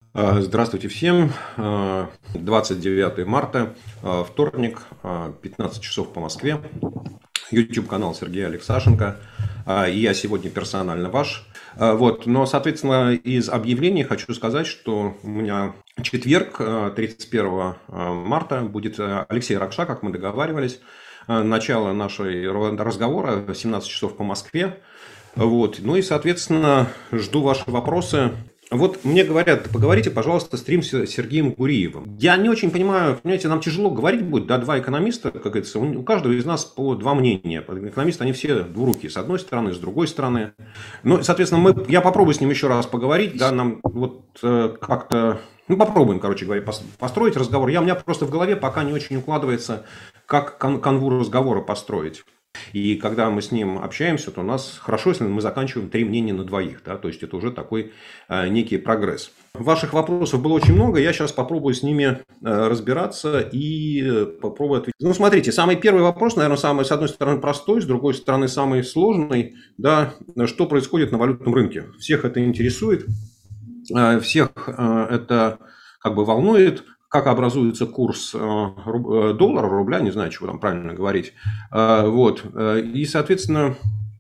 Здравствуйте всем. 29 марта, вторник, 15 часов по Москве. YouTube-канал Сергея Алексашенко. И я сегодня персонально ваш. Вот. Но, соответственно, из объявлений хочу сказать, что у меня четверг, 31 марта, будет Алексей Ракша, как мы договаривались. Начало нашего разговора в 17 часов по Москве. Вот. Ну и, соответственно, жду ваши вопросы. Вот мне говорят, поговорите, пожалуйста, стрим с Сергеем Гуриевым. Я не очень понимаю, понимаете, нам тяжело говорить будет, да, два экономиста, как говорится, у каждого из нас по два мнения. Экономисты, они все двурукие, с одной стороны, с другой стороны. Ну, соответственно, я попробую с ним еще раз поговорить, да, нам вот как-то, ну, попробуем, короче говоря, построить разговор. У меня просто в голове пока не очень укладывается, как канву разговора построить. И когда мы с ним общаемся, то у нас хорошо, если мы заканчиваем три мнения на двоих. Да? То есть это уже такой некий прогресс. Ваших вопросов было очень много. Я сейчас попробую с ними разбираться и попробую ответить. Ну, смотрите, самый первый вопрос, наверное, самый, с одной стороны, простой, с другой стороны, самый сложный. Да? Что происходит на валютном рынке? Всех это интересует, всех это как бы волнует. Как образуется курс доллара, рубля, не знаю, чего там правильно говорить. Вот. И, соответственно,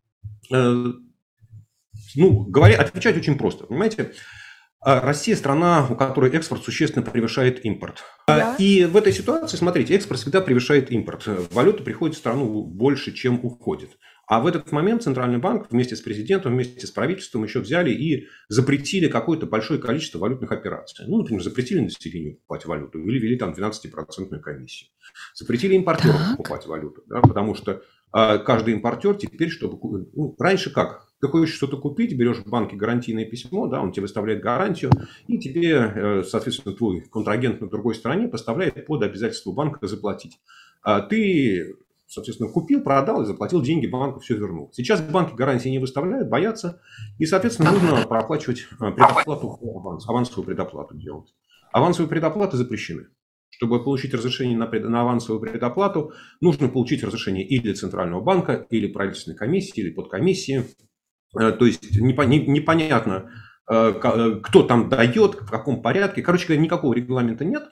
отвечать очень просто. Понимаете, Россия страна, у которой экспорт существенно превышает импорт. И в этой ситуации, смотрите, экспорт всегда превышает импорт. Валюта приходит в страну больше, чем уходит. А в этот момент Центральный банк вместе с президентом, вместе с правительством еще взяли и запретили какое-то большое количество валютных операций. Ну, например, запретили населению покупать валюту или ввели там 12% комиссию. Запретили импортерам покупать валюту, да, потому что каждый импортер теперь, чтобы... Ну, раньше как? Ты хочешь что-то купить, берешь в банке гарантийное письмо, да, он тебе выставляет гарантию, и тебе, соответственно, твой контрагент на другой стороне поставляет под обязательство банка заплатить. А ты, соответственно, купил, продал и заплатил деньги, банку все вернул. Сейчас банки гарантии не выставляют, боятся, и, соответственно, нужно проплачивать предоплату, авансовую предоплату делать. Авансовые предоплаты запрещены. Чтобы получить разрешение на авансовую предоплату, нужно получить разрешение или Центрального банка, или правительственной комиссии, или подкомиссии. То есть непонятно, кто там дает, в каком порядке. Короче говоря, никакого регламента нет.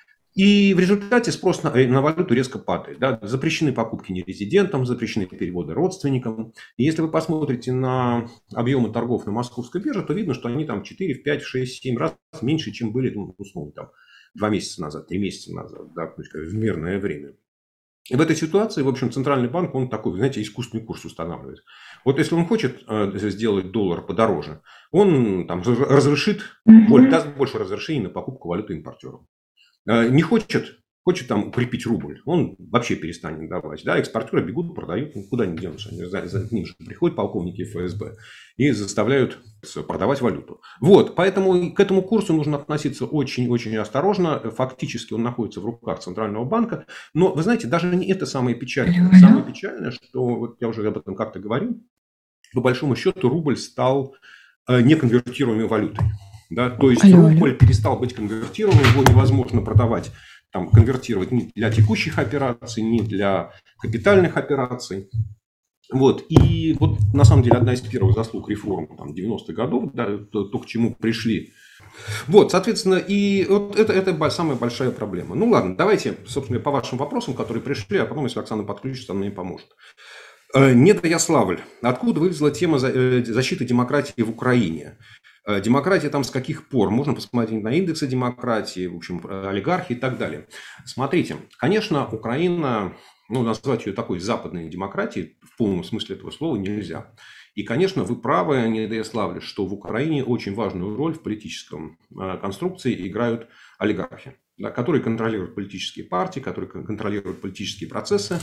И в результате спрос на валюту резко падает. Да? Запрещены покупки нерезидентам, запрещены переводы родственникам. И если вы посмотрите на объемы торгов на московской бирже, то видно, что они там 4, 5, 6, 7 раз меньше, чем были, ну, условно, там, 2 месяца назад, 3 месяца назад, да, в мирное время. И в этой ситуации, в общем, Центральный банк, он такой, знаете, искусственный курс устанавливает. Вот если он хочет сделать доллар подороже, он там разрешит, даст больше разрешений на покупку валюты импортерам. Не хочет там укрепить рубль, он вообще перестанет давать. Да, экспортеры бегут, продают, никуда не денутся. За ним же приходят полковники ФСБ и заставляют продавать валюту. Вот, поэтому к этому курсу нужно относиться очень-очень осторожно. Фактически он находится в руках Центрального банка. Но, вы знаете, даже не это самое печальное. Самое печальное, что, вот я уже об этом как-то говорил, по большому счету рубль стал неконвертируемой валютой. Да? То есть рубль перестал быть конвертируемым, его невозможно продавать, там, конвертировать ни для текущих операций, ни для капитальных операций. Вот. И вот на самом деле одна из первых заслуг реформ 90-х годов, да, то, к чему пришли. Вот, соответственно, и вот это самая большая проблема. Ну ладно, давайте, собственно, по вашим вопросам, которые пришли, а потом, если Оксана подключится, она мне поможет. Недояславль. Откуда вылезла тема защиты демократии в Украине? Демократия там с каких пор? Можно посмотреть на индексы демократии, в общем, олигархи и так далее. Смотрите, конечно, Украина, ну, назвать ее такой западной демократией в полном смысле этого слова нельзя. И, конечно, вы правы, Недояславль, что в Украине очень важную роль в политическом конструкции играют олигархи, да, которые контролируют политические партии, которые контролируют политические процессы.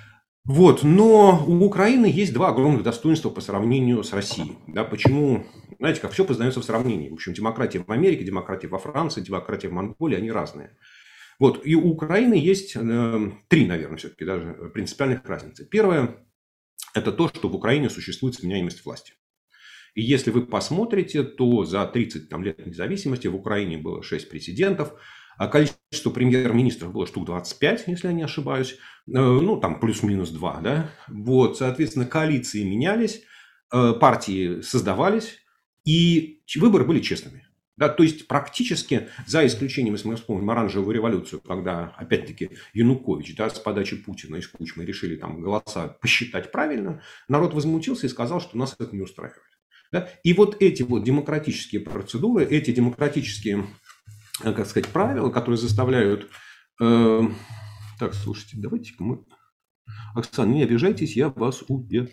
Вот, но у Украины есть два огромных достоинства по сравнению с Россией. Да, почему? Знаете, как все познается в сравнении. В общем, демократия в Америке, демократия во Франции, демократия в Монголии, они разные. Вот, и у Украины есть три, наверное, все-таки даже принципиальных разницы. Первое – это то, что в Украине существует сменяемость власти. И если вы посмотрите, то за 30 лет независимости в Украине было 6 президентов, а количество премьер-министров было штук 25, если я не ошибаюсь. Ну, там плюс-минус 2, да. Вот, соответственно, коалиции менялись, партии создавались, и выборы были честными. Да, то есть практически, за исключением, если мы вспомним оранжевую революцию, когда, опять-таки, Янукович, да, с подачи Путина и с Кучмой решили там голоса посчитать правильно, народ возмутился и сказал, что нас это не устраивает. Да? И вот эти вот демократические процедуры, эти демократические, как сказать, правила, которые заставляют... Так, слушайте, давайте-ка мы... Оксана, не обижайтесь, я вас убеду.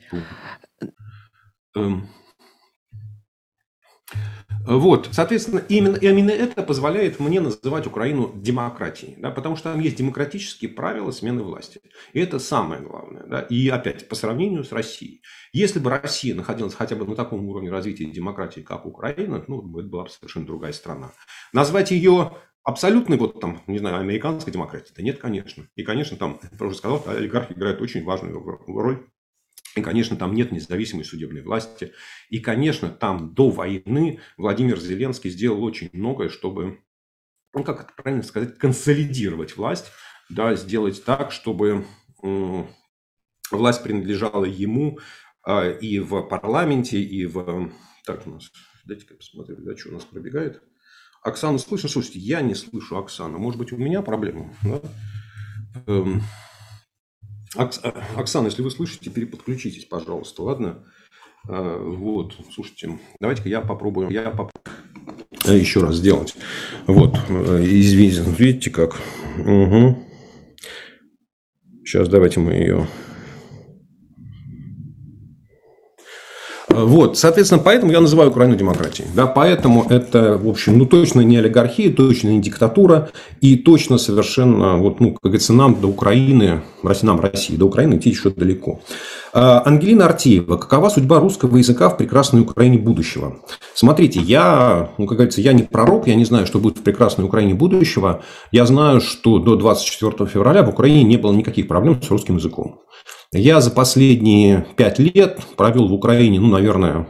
Вот, соответственно, именно это позволяет мне называть Украину демократией, да, потому что там есть демократические правила смены власти. И это самое главное. Да, и опять, по сравнению с Россией. Если бы Россия находилась хотя бы на таком уровне развития демократии, как Украина, ну, это была бы совершенно другая страна. Назвать ее абсолютной, вот там, не знаю, американской демократией, да нет, конечно. И, конечно, там, я уже сказал, олигархи играют очень важную роль. И, конечно, там нет независимой судебной власти. И, конечно, там до войны Владимир Зеленский сделал очень многое, чтобы, ну, как это правильно сказать, консолидировать власть, да, сделать так, чтобы власть принадлежала ему и в парламенте, и в... Так, у нас... Дайте-ка посмотрю, да, что у нас пробегает. Оксану слышно? Слушайте, я не слышу Оксану. Может быть, у меня проблема? Да? Оксана, если вы слышите, переподключитесь, пожалуйста, ладно? Вот, слушайте, давайте-ка я попробую еще раз сделать. Вот, извините, видите как? Угу. Сейчас давайте мы ее... Вот, соответственно, поэтому я называю Украину демократией. Да, поэтому это, в общем, ну, точно не олигархия, точно не диктатура. И точно совершенно, вот, ну, как говорится, нам до Украины, нам, России, до Украины идти еще далеко. Ангелина Артеева. Какова судьба русского языка в прекрасной Украине будущего? Смотрите, я, ну, как говорится, я не пророк, я не знаю, что будет в прекрасной Украине будущего. Я знаю, что до 24 февраля в Украине не было никаких проблем с русским языком. Я за последние 5 лет провел в Украине, ну, наверное,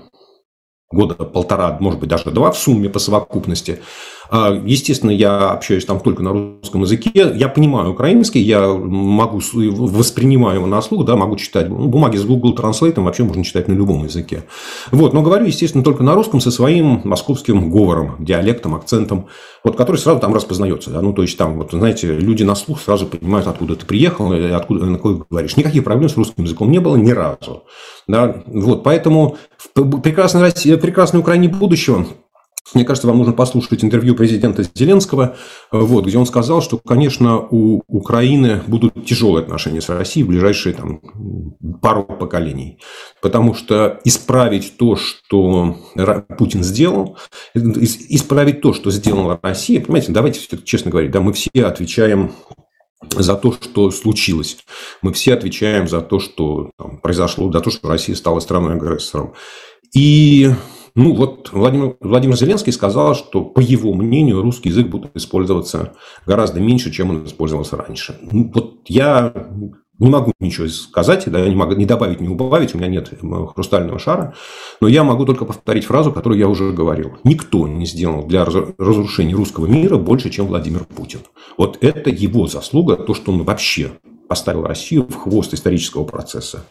года полтора, может быть, даже 2 в сумме по совокупности. Естественно, я общаюсь там только на русском языке. Я понимаю украинский, я могу воспринимаю его на слух, да, могу читать. Бумаги с Google Translate вообще можно читать на любом языке. Вот, но говорю, естественно, только на русском со своим московским говором, диалектом, акцентом, вот, который сразу там распознается. Да? Ну, то есть, там, вот, знаете, люди на слух сразу понимают, откуда ты приехал, и откуда, на какой говоришь. Никаких проблем с русским языком не было ни разу. Да? Вот, поэтому в прекрасной Украине будущего, мне кажется, вам нужно послушать интервью президента Зеленского, вот, где он сказал, что, конечно, у Украины будут тяжелые отношения с Россией в ближайшие там, пару поколений. Потому что исправить то, что Путин сделал, исправить то, что сделала Россия, понимаете, давайте честно говорить, да, мы все отвечаем за то, что случилось. Мы все отвечаем за то, что там произошло, за то, что Россия стала страной-агрессором. И... Ну, вот Владимир Зеленский сказал, что, по его мнению, русский язык будет использоваться гораздо меньше, чем он использовался раньше. Ну, вот я не могу ничего сказать, да, я не могу ни добавить, ни убавить, у меня нет хрустального шара, но я могу только повторить фразу, которую я уже говорил. Никто не сделал для разрушения русского мира больше, чем Владимир Путин. Вот это его заслуга, то, что он вообще поставил Россию в хвост исторического процесса.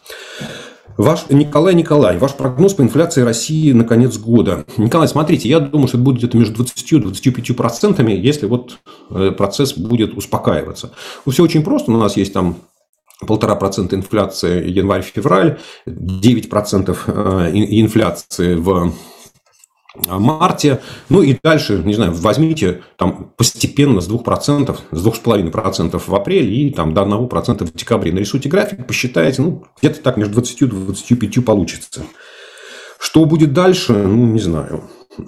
Николай, ваш прогноз по инфляции России на конец года. Николай, смотрите, я думаю, что это будет где-то между 20 и 25%, если вот процесс будет успокаиваться. Ну, все очень просто. У нас есть там 1,5% инфляции январь-февраль, 9% инфляции в марте, ну и дальше, не знаю, возьмите там постепенно с 2%, с 2,5% в апреле и там до 1% в декабре. Нарисуйте график, посчитайте, ну, где-то так между 20 и 25 получится. Что будет дальше, ну, не знаю.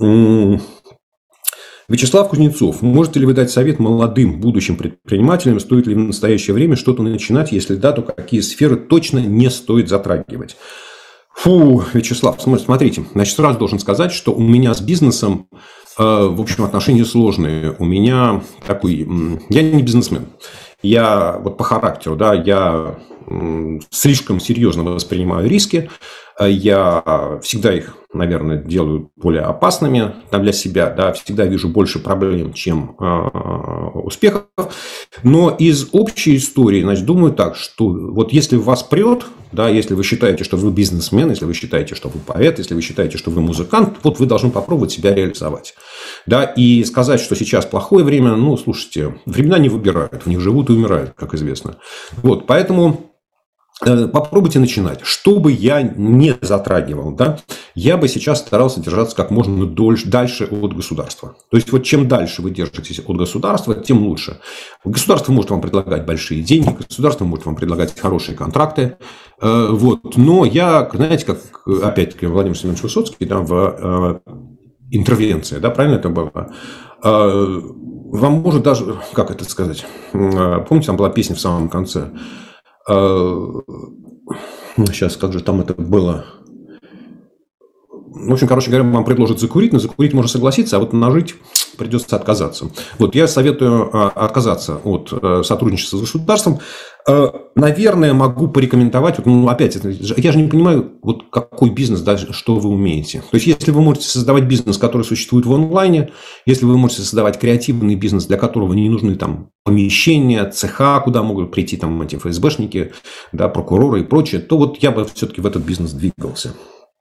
Вячеслав Кузнецов. Можете ли вы дать совет молодым будущим предпринимателям? Стоит ли в настоящее время что-то начинать? Если да, то какие сферы точно не стоит затрагивать? Фу, Вячеслав, смотрите, значит, сразу должен сказать, что у меня с бизнесом, в общем, отношения сложные. У меня такой, я не бизнесмен. я вот по характеру, да, я слишком серьезно воспринимаю риски, я всегда их, наверное, делаю более опасными для себя, да, всегда вижу больше проблем, чем успехов. Но из общей истории, значит, думаю так, что вот если вас прет, да, если вы считаете, что вы бизнесмен, если вы считаете, что вы поэт, если вы считаете, что вы музыкант, вот вы должны попробовать себя реализовать. Да, и сказать, что сейчас плохое время, ну, слушайте, времена не выбирают, в них живут и умирают, как известно. Вот, поэтому попробуйте начинать. Что бы я не затрагивал, да, я бы сейчас старался держаться как можно дальше от государства. То есть, вот чем дальше вы держитесь от государства, тем лучше. Государство может вам предлагать большие деньги, государство может вам предлагать хорошие контракты. Вот. Но я, знаете, как, опять-таки, Владимир Семенович Высоцкий, да, в интервенции, да, правильно это было? Вам может даже, как это сказать, помните, там была песня в самом конце, сейчас, как же там это было? В общем, короче говоря, вам предложат закурить, но закурить можно согласиться, а вот нажить придется отказаться. Вот я советую отказаться от сотрудничества с государством. Наверное, могу порекомендовать, вот, ну, опять, я же не понимаю, вот какой бизнес, даже, что вы умеете. То есть, если вы можете создавать бизнес, который существует в онлайне, если вы можете создавать креативный бизнес, для которого не нужны там помещения, цеха, куда могут прийти там эти ФСБшники, да, прокуроры и прочее, то вот я бы все-таки в этот бизнес двигался.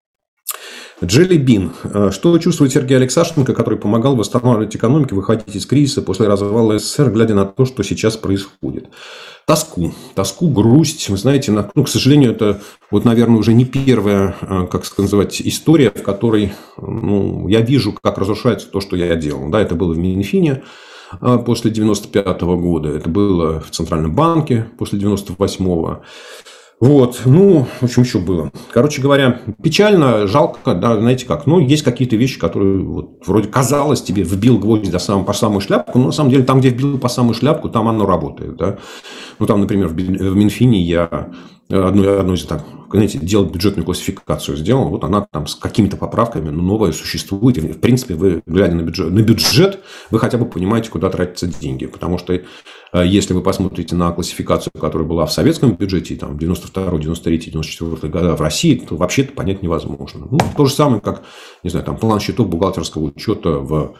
Джелли Бин. Что чувствует Сергей Алексашенко, который помогал восстанавливать экономику, выходить из кризиса после развала СССР, глядя на то, что сейчас происходит? Тоску, грусть. Вы знаете, ну, к сожалению, это, вот, наверное, уже не первая, как сказать, история, в которой, ну, я вижу, как разрушается то, что я делал. Да, это было в Минфине после 1995 года, это было в Центральном банке после 1998. Вот, ну, в общем, еще было. Короче говоря, печально, жалко, да, знаете как. Ну, есть какие-то вещи, которые вот, вроде казалось тебе, вбил гвоздь по самую шляпку, но на самом деле там, где вбил по самую шляпку, там оно работает, да. Ну, там, например, в Минфине я одно из, так, знаете, делал бюджетную классификацию, сделал, вот она там с какими-то поправками, но новая существует. И, в принципе, вы, глядя на бюджет, вы хотя бы понимаете, куда тратятся деньги. Потому что если вы посмотрите на классификацию, которая была в советском бюджете, там, 92, 93, 94 года в России, то вообще это понять невозможно. Ну, то же самое, как, не знаю, там, план счетов бухгалтерского учета в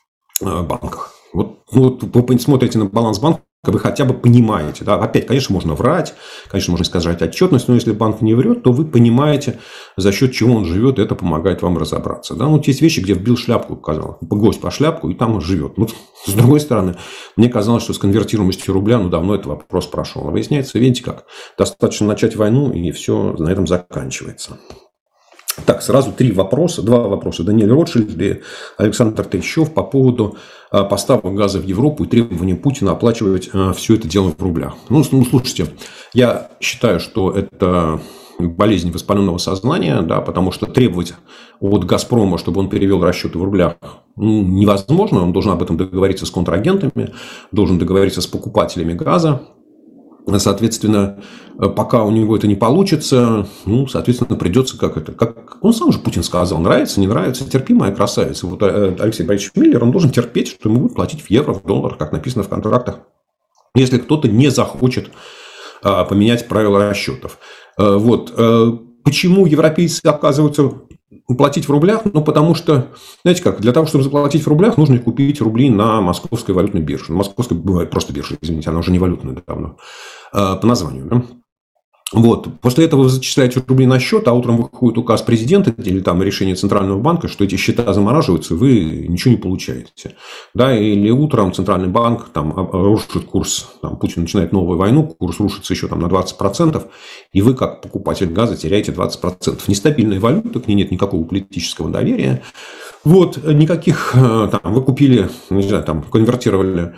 банках. Вот, ну, вы смотрите на баланс банка, вы хотя бы понимаете. Да? Опять, конечно, можно врать, конечно, можно искажать отчетность, но если банк не врет, то вы понимаете, за счет чего он живет, и это помогает вам разобраться. Да? Ну, вот есть вещи, где вбил шляпку, казалось, гость по шляпку, и там он живет. Ну, с другой стороны, мне казалось, что с конвертируемостью рубля, ну, давно этот вопрос прошел. А выясняется, видите как, достаточно начать войну, и все на этом заканчивается. Так, сразу два вопроса. Даниэль Ротшильд и Александр Трещев по поводу поставок газа в Европу и требования Путина оплачивать все это дело в рублях. Ну, слушайте, я считаю, что это болезнь воспаленного сознания, да, потому что требовать от «Газпрома», чтобы он перевел расчеты в рублях, ну, невозможно. Он должен об этом договориться с контрагентами, должен договориться с покупателями газа. Соответственно, пока у него это не получится, ну, соответственно, придется как он сам же, Путин, сказал, нравится, не нравится, терпи, моя красавица. Вот Алексей Борисович Миллер, он должен терпеть, что ему будут платить в евро, в долларах, как написано в контрактах, если кто-то не захочет поменять правила расчетов. Вот. Почему европейцы отказываются платить в рублях? Ну, потому что, знаете как, для того, чтобы заплатить в рублях, нужно купить рубли на московской валютной бирже. На московской, бывает просто биржа, извините, она уже не валютная давно, по названию. Да? Вот. После этого вы зачисляете рубли на счет, а утром выходит указ президента или там решение Центрального банка, что эти счета замораживаются, вы ничего не получаете. Да? Или утром Центральный банк там, рушит курс, там, Путин начинает новую войну, курс рушится еще там, на 20%, и вы, как покупатель газа, теряете 20%. Нестабильная валюта, к ней нет никакого политического доверия. Вот, никаких, там, вы купили, не знаю, там, конвертировали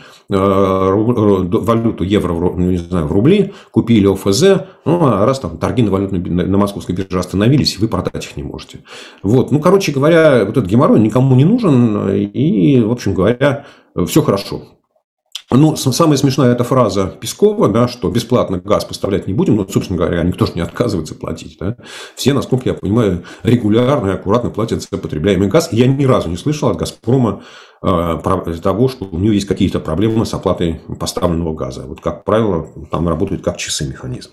валюту евро в рубли, купили ОФЗ, ну, а раз там торги на московской бирже остановились, вы продать их не можете. Вот, ну, короче говоря, вот этот геморрой никому не нужен, и, в общем говоря, все хорошо. Ну, самая смешная эта фраза Пескова, да, что бесплатно газ поставлять не будем. Ну, собственно говоря, никто же не отказывается платить. Да. Все, насколько я понимаю, регулярно и аккуратно платят за потребляемый газ. Я ни разу не слышал от «Газпрома» того, что у нее есть какие-то проблемы с оплатой поставленного газа. Вот, как правило, там работает как часы механизм.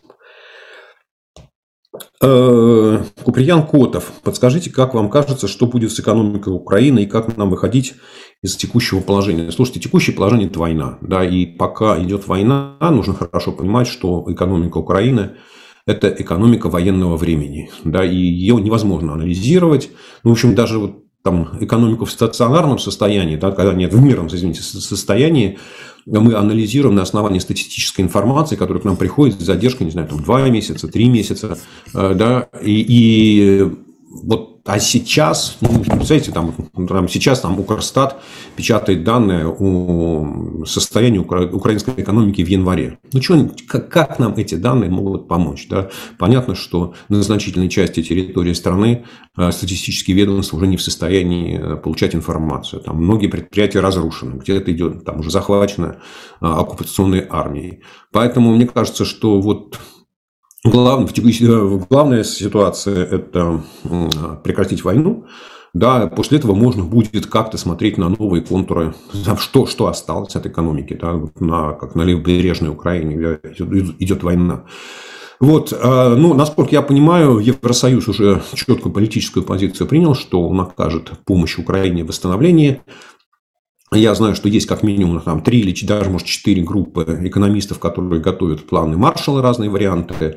Куприян Котов. Подскажите, как вам кажется, что будет с экономикой Украины и как нам выходить из текущего положения? Слушайте, текущее положение – это война. Да, и пока идет война, нужно хорошо понимать, что экономика Украины – это экономика военного времени. Да, и ее невозможно анализировать. Ну, в общем, даже вот там экономику в стационарном состоянии, да, когда нет, в мирном, извините, состоянии, мы анализируем на основании статистической информации, которая к нам приходит с задержкой, не знаю, там 2 месяца, 3 месяца, да, и вот, а сейчас, ну, представляете, там сейчас там Укрстат печатает данные о состоянии украинской экономики в январе. Ну, что, как нам эти данные могут помочь? Да? Понятно, что на значительной части территории страны статистические ведомства уже не в состоянии получать информацию. Там многие предприятия разрушены, где-то идет, там уже захвачено оккупационной армией. Поэтому мне кажется, что вот главная ситуация – это прекратить войну. Да, после этого можно будет как-то смотреть на новые контуры, что осталось от экономики, да, как на левобережной Украине идет война. Вот, ну, насколько я понимаю, Евросоюз уже четкую политическую позицию принял, что он окажет помощь Украине в восстановлении. Я знаю, что есть как минимум там 3 или даже, может, 4 группы экономистов, которые готовят планы Маршалла, разные варианты.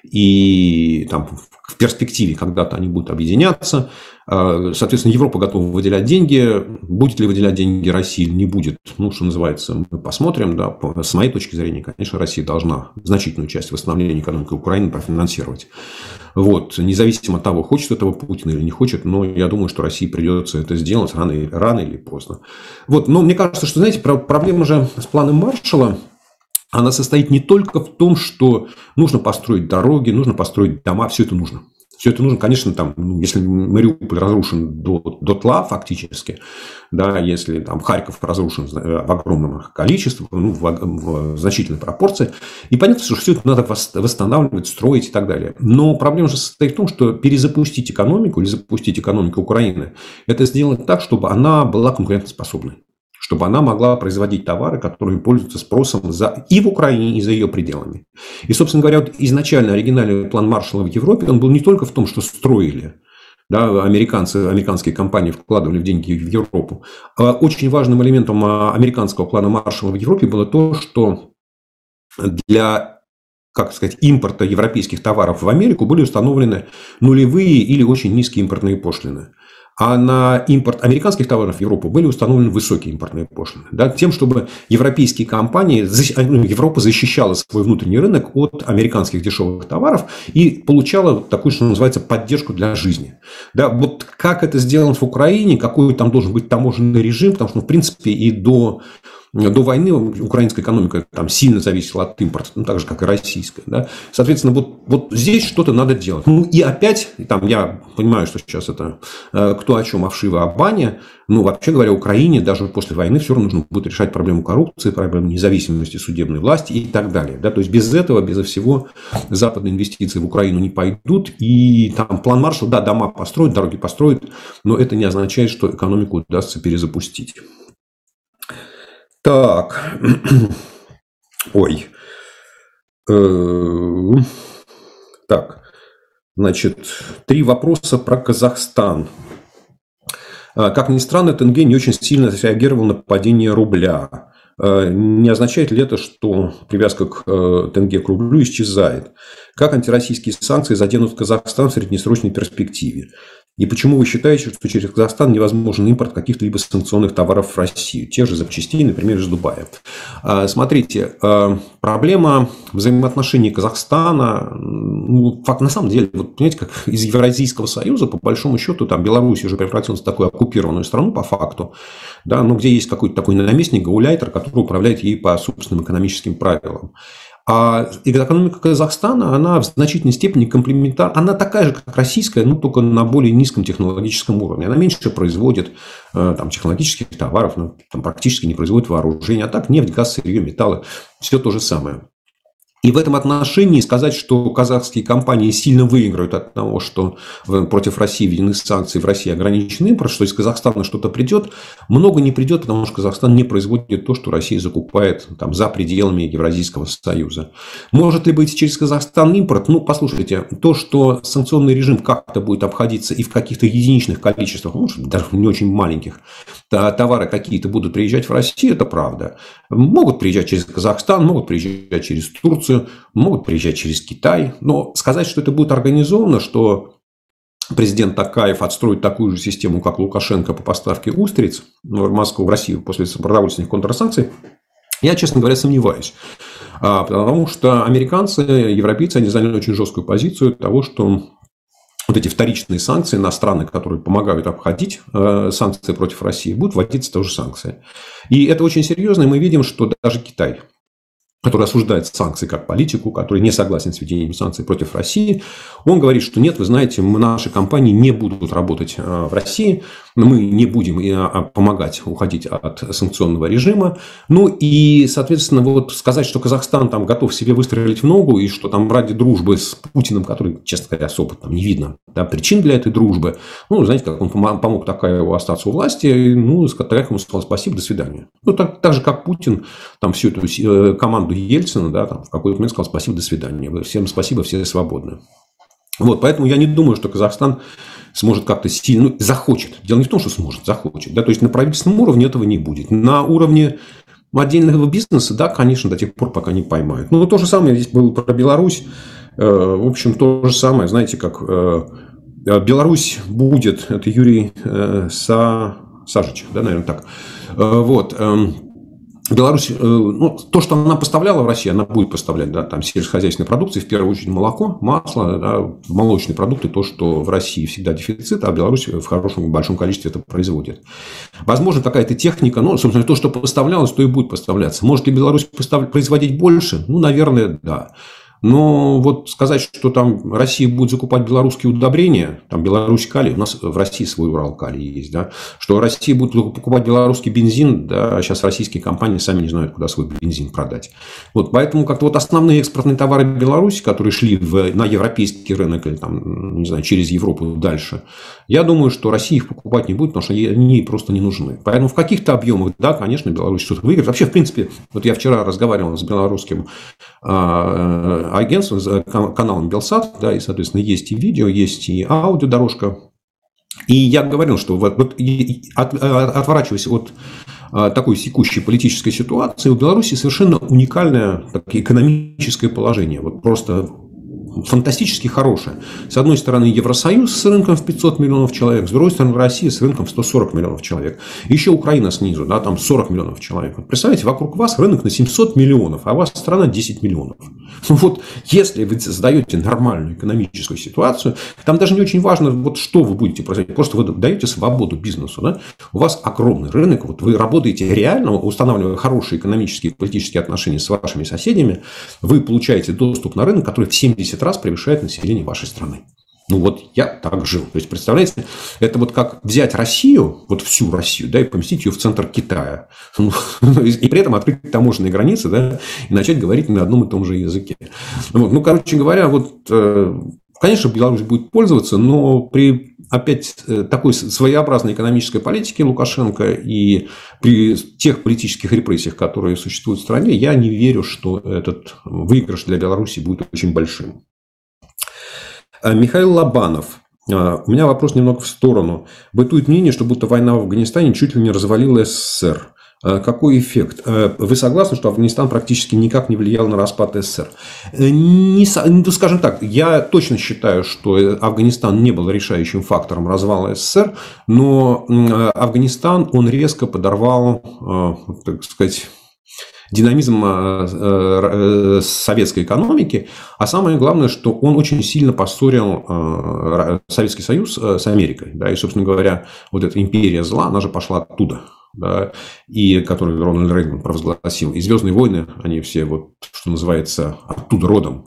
И там в перспективе когда-то они будут объединяться. Соответственно, Европа готова выделять деньги. Будет ли выделять деньги Россия или не будет, ну, что называется, мы посмотрим. Да. С моей точки зрения, конечно, Россия должна значительную часть восстановления экономики Украины профинансировать. Вот. Независимо от того, хочет этого Путин или не хочет, но я думаю, что России придется это сделать рано или поздно. Вот. Но мне кажется, что, знаете, проблема же с планом Маршалла, она состоит не только в том, что нужно построить дороги, нужно построить дома, все это нужно. Все это нужно, конечно, там, если Мариуполь разрушен до тла фактически, да, если там Харьков разрушен в огромном количестве, ну, в значительной пропорции, и понятно, что все это надо восстанавливать, строить и так далее. Но проблема же состоит в том, что перезапустить экономику или запустить экономику Украины, это сделать так, чтобы она была конкурентоспособной. Чтобы она могла производить товары, которые пользуются спросом и в Украине, и за ее пределами. И, собственно говоря, вот изначально оригинальный план Маршалла в Европе, он был не только в том, что строили, да, американские компании вкладывали в деньги в Европу. А очень важным элементом американского плана Маршалла в Европе было то, что для, как сказать, импорта европейских товаров в Америку были установлены нулевые или очень низкие импортные пошлины. А на импорт американских товаров в Европу были установлены высокие импортные пошлины. Да, тем, чтобы европейские компании, Европа защищала свой внутренний рынок от американских дешевых товаров и получала такую, что называется, поддержку для жизни. Да, вот как это сделано в Украине, какой там должен быть таможенный режим, потому что, в принципе, и до войны украинская экономика там сильно зависела от импорта, ну, так же, как и российская. Да? Соответственно, вот здесь что-то надо делать. Ну, и опять, там, я понимаю, что сейчас это кто о чем, овшива о бане, но, вообще говоря, Украине даже после войны все равно нужно будет решать проблему коррупции, проблему независимости судебной власти и так далее. Да? То есть, без этого, безо всего, западные инвестиции в Украину не пойдут. И там план Маршалла, да, дома построят, дороги построят, но это не означает, что экономику удастся перезапустить. Так, ой, так, значит, 3 вопроса про Казахстан. Как ни странно, тенге не очень сильно среагировал на падение рубля. Не означает ли это, что привязка к тенге к рублю исчезает? Как антироссийские санкции заденут Казахстан в среднесрочной перспективе? И почему вы считаете, что через Казахстан невозможен импорт каких-то либо санкционных товаров в Россию? Тех же запчастей, например, из Дубая. Смотрите, проблема взаимоотношений Казахстана, ну, на самом деле, вот, понимаете, как из Евразийского союза, по большому счету, там Беларусь уже превратилась в такую оккупированную страну по факту, да, но где есть какой-то такой наместник, гауляйтер, который управляет ей по собственным экономическим правилам. А экономика Казахстана, она в значительной степени комплементарна. Она такая же, как российская, но только на более низком технологическом уровне. Она меньше производит там, технологических товаров, там, практически не производит вооружения. А так нефть, газ, сырье, металлы. Все то же самое. И в этом отношении сказать, что казахские компании сильно выиграют от того, что против России введены санкции, в России ограничен импорт, что из Казахстана что-то придет, много не придет, потому что Казахстан не производит то, что Россия закупает там, за пределами Евразийского союза. Может ли быть через Казахстан импорт? Ну, послушайте, то, что санкционный режим как-то будет обходиться и в каких-то единичных количествах, может, даже в не очень маленьких, товары какие-то будут приезжать в Россию, это правда. Могут приезжать через Казахстан, могут приезжать через Турцию, могут приезжать через Китай. Но сказать, что это будет организовано, что президент Токаев отстроит такую же систему, как Лукашенко по поставке устриц в Москву, в Россию после продовольственных контрсанкций, я, честно говоря, сомневаюсь. Потому что американцы, европейцы, они заняли очень жесткую позицию того, что вот эти вторичные санкции на страны, которые помогают обходить санкции против России, будут вводиться тоже санкции. И это очень серьезно, и мы видим, что даже Китай, который осуждает санкции как политику, который не согласен с введением санкций против России, он говорит, что нет, вы знаете, наши компании не будут работать в России, мы не будем помогать уходить от санкционного режима. Ну и, соответственно, вот сказать, что Казахстан там готов себе выстрелить в ногу, и что там ради дружбы с Путиным, который, честно говоря, особо там не видно причин для этой дружбы, ну, знаете, как он помог Токаеву остаться у власти, ну, Токаев ему сказал спасибо, до свидания. Ну, так же, как Путин там всю эту команду Ельцина, да, там, в какой-то момент сказал спасибо, до свидания. Всем спасибо, все свободны. Вот, поэтому я не думаю, что Казахстан сможет как-то сильно, ну, захочет. Дело не в том, что сможет, захочет. Да, то есть на правительственном уровне этого не будет. На уровне отдельного бизнеса, да, конечно, до тех пор, пока не поймают. Но то же самое здесь было про Беларусь. В общем, то же самое, знаете, как Беларусь будет, это Юрий Сажич, да, наверное, так. Вот. Беларусь, ну, то, что она поставляла в Россию, она будет поставлять, да, там сельскохозяйственной продукции, в первую очередь молоко, масло, да, молочные продукты, то, что в России всегда дефицит, а Беларусь в хорошем, большом количестве это производит. Возможно, какая-то техника, ну, собственно, то, что поставлялось, то и будет поставляться. Может ли Беларусь производить больше? Ну, наверное, да. Но вот сказать, что там Россия будет закупать белорусские удобрения, там Беларусь калий, у нас в России свой Урал калий есть, да, что Россия будет покупать белорусский бензин, да, сейчас российские компании сами не знают, куда свой бензин продать. Вот, поэтому как-то вот основные экспортные товары Беларуси, которые шли на европейский рынок или там, не знаю, через Европу дальше, я думаю, что Россия их покупать не будет, потому что они ей просто не нужны. Поэтому в каких-то объемах, да, конечно, Беларусь что-то выиграет. Вообще, в принципе, вот я вчера разговаривал с белорусским агентством, каналом Белсат, да, и, соответственно, есть и видео, есть и аудиодорожка. И я говорил, что отворачиваясь от такой текущей политической ситуации, у Беларуси совершенно уникальное экономическое положение. Вот просто фантастически хорошее. С одной стороны, Евросоюз с рынком в 500 миллионов человек, с другой стороны, Россия с рынком в 140 миллионов человек. Еще Украина снизу, да, там 40 миллионов человек. Вот представляете, вокруг вас рынок на 700 миллионов, а у вас страна 10 миллионов. Вот если вы создаете нормальную экономическую ситуацию, там даже не очень важно, вот что вы будете производить, просто вы даете свободу бизнесу. Да? У вас огромный рынок, вот вы работаете реально, устанавливая хорошие экономические и политические отношения с вашими соседями, вы получаете доступ на рынок, который в 70 раз превышает население вашей страны. Ну, вот я так жил. То есть, представляете, это вот как взять Россию, вот всю Россию, да, и поместить ее в центр Китая. И при этом открыть таможенные границы, да, и начать говорить на одном и том же языке. Вот. Ну, короче говоря, вот, конечно, Беларусь будет пользоваться, но при, опять, такой своеобразной экономической политике Лукашенко и при тех политических репрессиях, которые существуют в стране, я не верю, что этот выигрыш для Беларуси будет очень большим. Михаил Лобанов. У меня вопрос немного в сторону. Бытует мнение, что будто война в Афганистане чуть ли не развалила СССР. Какой эффект? Вы согласны, что Афганистан практически никак не влиял на распад СССР? Скажем так, я точно считаю, что Афганистан не был решающим фактором развала СССР, но Афганистан, он резко подорвал, так сказать, динамизм советской экономики, а самое главное, что он очень сильно поссорил Советский Союз с Америкой. Да, и, собственно говоря, вот эта империя зла, она же пошла оттуда. Да, и который Рональд Рейган провозгласил. И «Звездные войны», они все, вот, что называется, оттуда родом.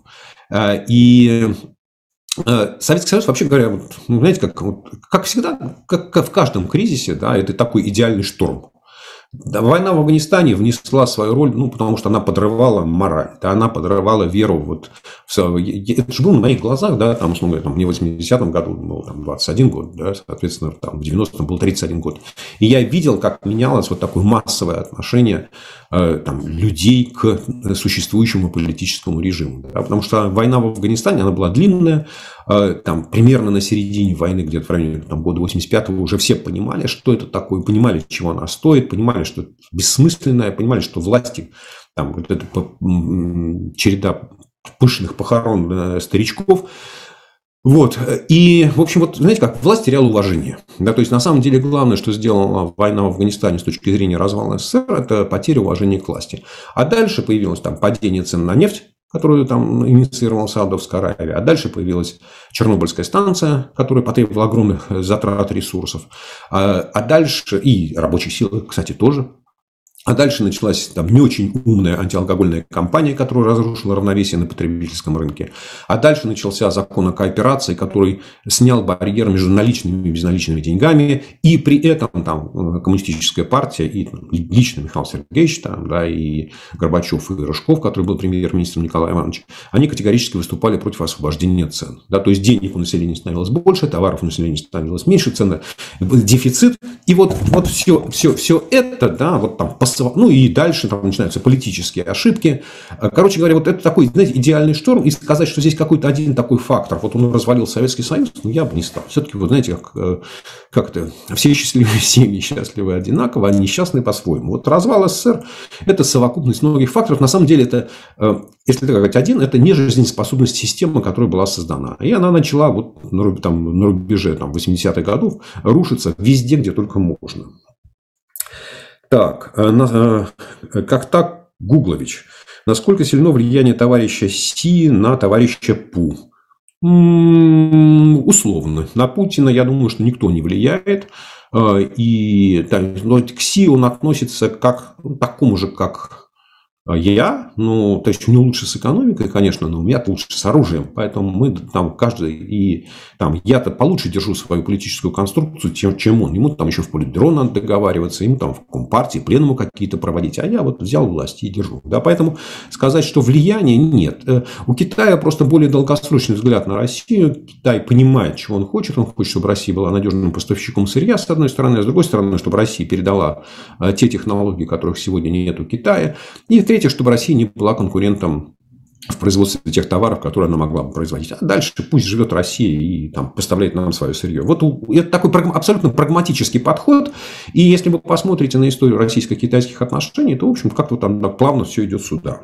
И Советский Союз, вообще говоря, вот, знаете, как всегда, как в каждом кризисе, да, это такой идеальный шторм. Да, война в Афганистане внесла свою роль, ну, потому что она подрывала мораль, да, она подрывала веру. Вот, это же было на моих глазах, да, там, условно, там, мне в 80-м году был там, 21 год, да, соответственно, там, в 90-м был 31 год. И я видел, как менялось вот такое массовое отношение там, людей к существующему политическому режиму. Да, потому что война в Афганистане, она была длинная, там, примерно на середине войны, где-то в районе там, года 85-го, уже все понимали, что это такое, понимали, чего она стоит, понимали, что это бессмысленное, понимали, что власти, там, вот эта череда пышных похорон старичков. Вот. И, в общем, вот, знаете как, власть теряла уважение. Да, то есть, на самом деле, главное, что сделала война в Афганистане с точки зрения развала СССР, это потеря уважения к власти. А дальше появилось там падение цен на нефть, которую там инициировала Саудовская Аравия. А дальше появилась Чернобыльская станция, которая потребовала огромных затрат ресурсов. А дальше и рабочей силы, кстати, тоже. А дальше началась там не очень умная антиалкогольная кампания, которая разрушила равновесие на потребительском рынке. А дальше начался закон о кооперации, который снял барьер между наличными и безналичными деньгами. И при этом там коммунистическая партия и лично Михаил Сергеевич, там, да, и Горбачев, и Рыжков, который был премьер-министром Николай Иванович, они категорически выступали против освобождения цен. Да, то есть денег у населения становилось больше, товаров у населения становилось меньше, цены, дефицит. И вот все это, да, вот там, ну и дальше там начинаются политические ошибки. Короче говоря, вот это такой, знаете, идеальный шторм. И сказать, что здесь какой-то один такой фактор, вот он развалил Советский Союз, ну, я бы не стал. Все-таки, вот знаете, как это, все счастливые семьи счастливы одинаково, а несчастные по-своему. Вот развал СССР – это совокупность многих факторов. На самом деле, это, если так говорить, один, это не жизнеспособность системы, которая была создана. И она начала вот на рубеже там, 80-х годов рушиться везде, где только можно. Так, как так, Гуглович. Насколько сильно влияние товарища Си на товарища Пу? Условно. На Путина, я думаю, что никто не влияет. И к Си он относится как, к такому же, как я, ну, то есть у него лучше с экономикой, конечно, но у меня лучше с оружием. Поэтому мы там каждый, и там я-то получше держу свою политическую конструкцию, чем он. Ему там еще в политбюро надо договариваться, ему там в Компартии пленумы какие-то проводить. А я вот взял власть и держу. Да, поэтому сказать, что влияния нет. У Китая просто более долгосрочный взгляд на Россию. Китай понимает, чего он хочет. Он хочет, чтобы Россия была надежным поставщиком сырья, с одной стороны, а с другой стороны, чтобы Россия передала те технологии, которых сегодня нет у Китая. И третье, чтобы Россия не была конкурентом в производстве тех товаров, которые она могла бы производить. А дальше пусть живет Россия и там, поставляет нам свое сырье. Вот это такой абсолютно прагматический подход. И если вы посмотрите на историю российско-китайских отношений, то, в общем, как-то там плавно все идет сюда.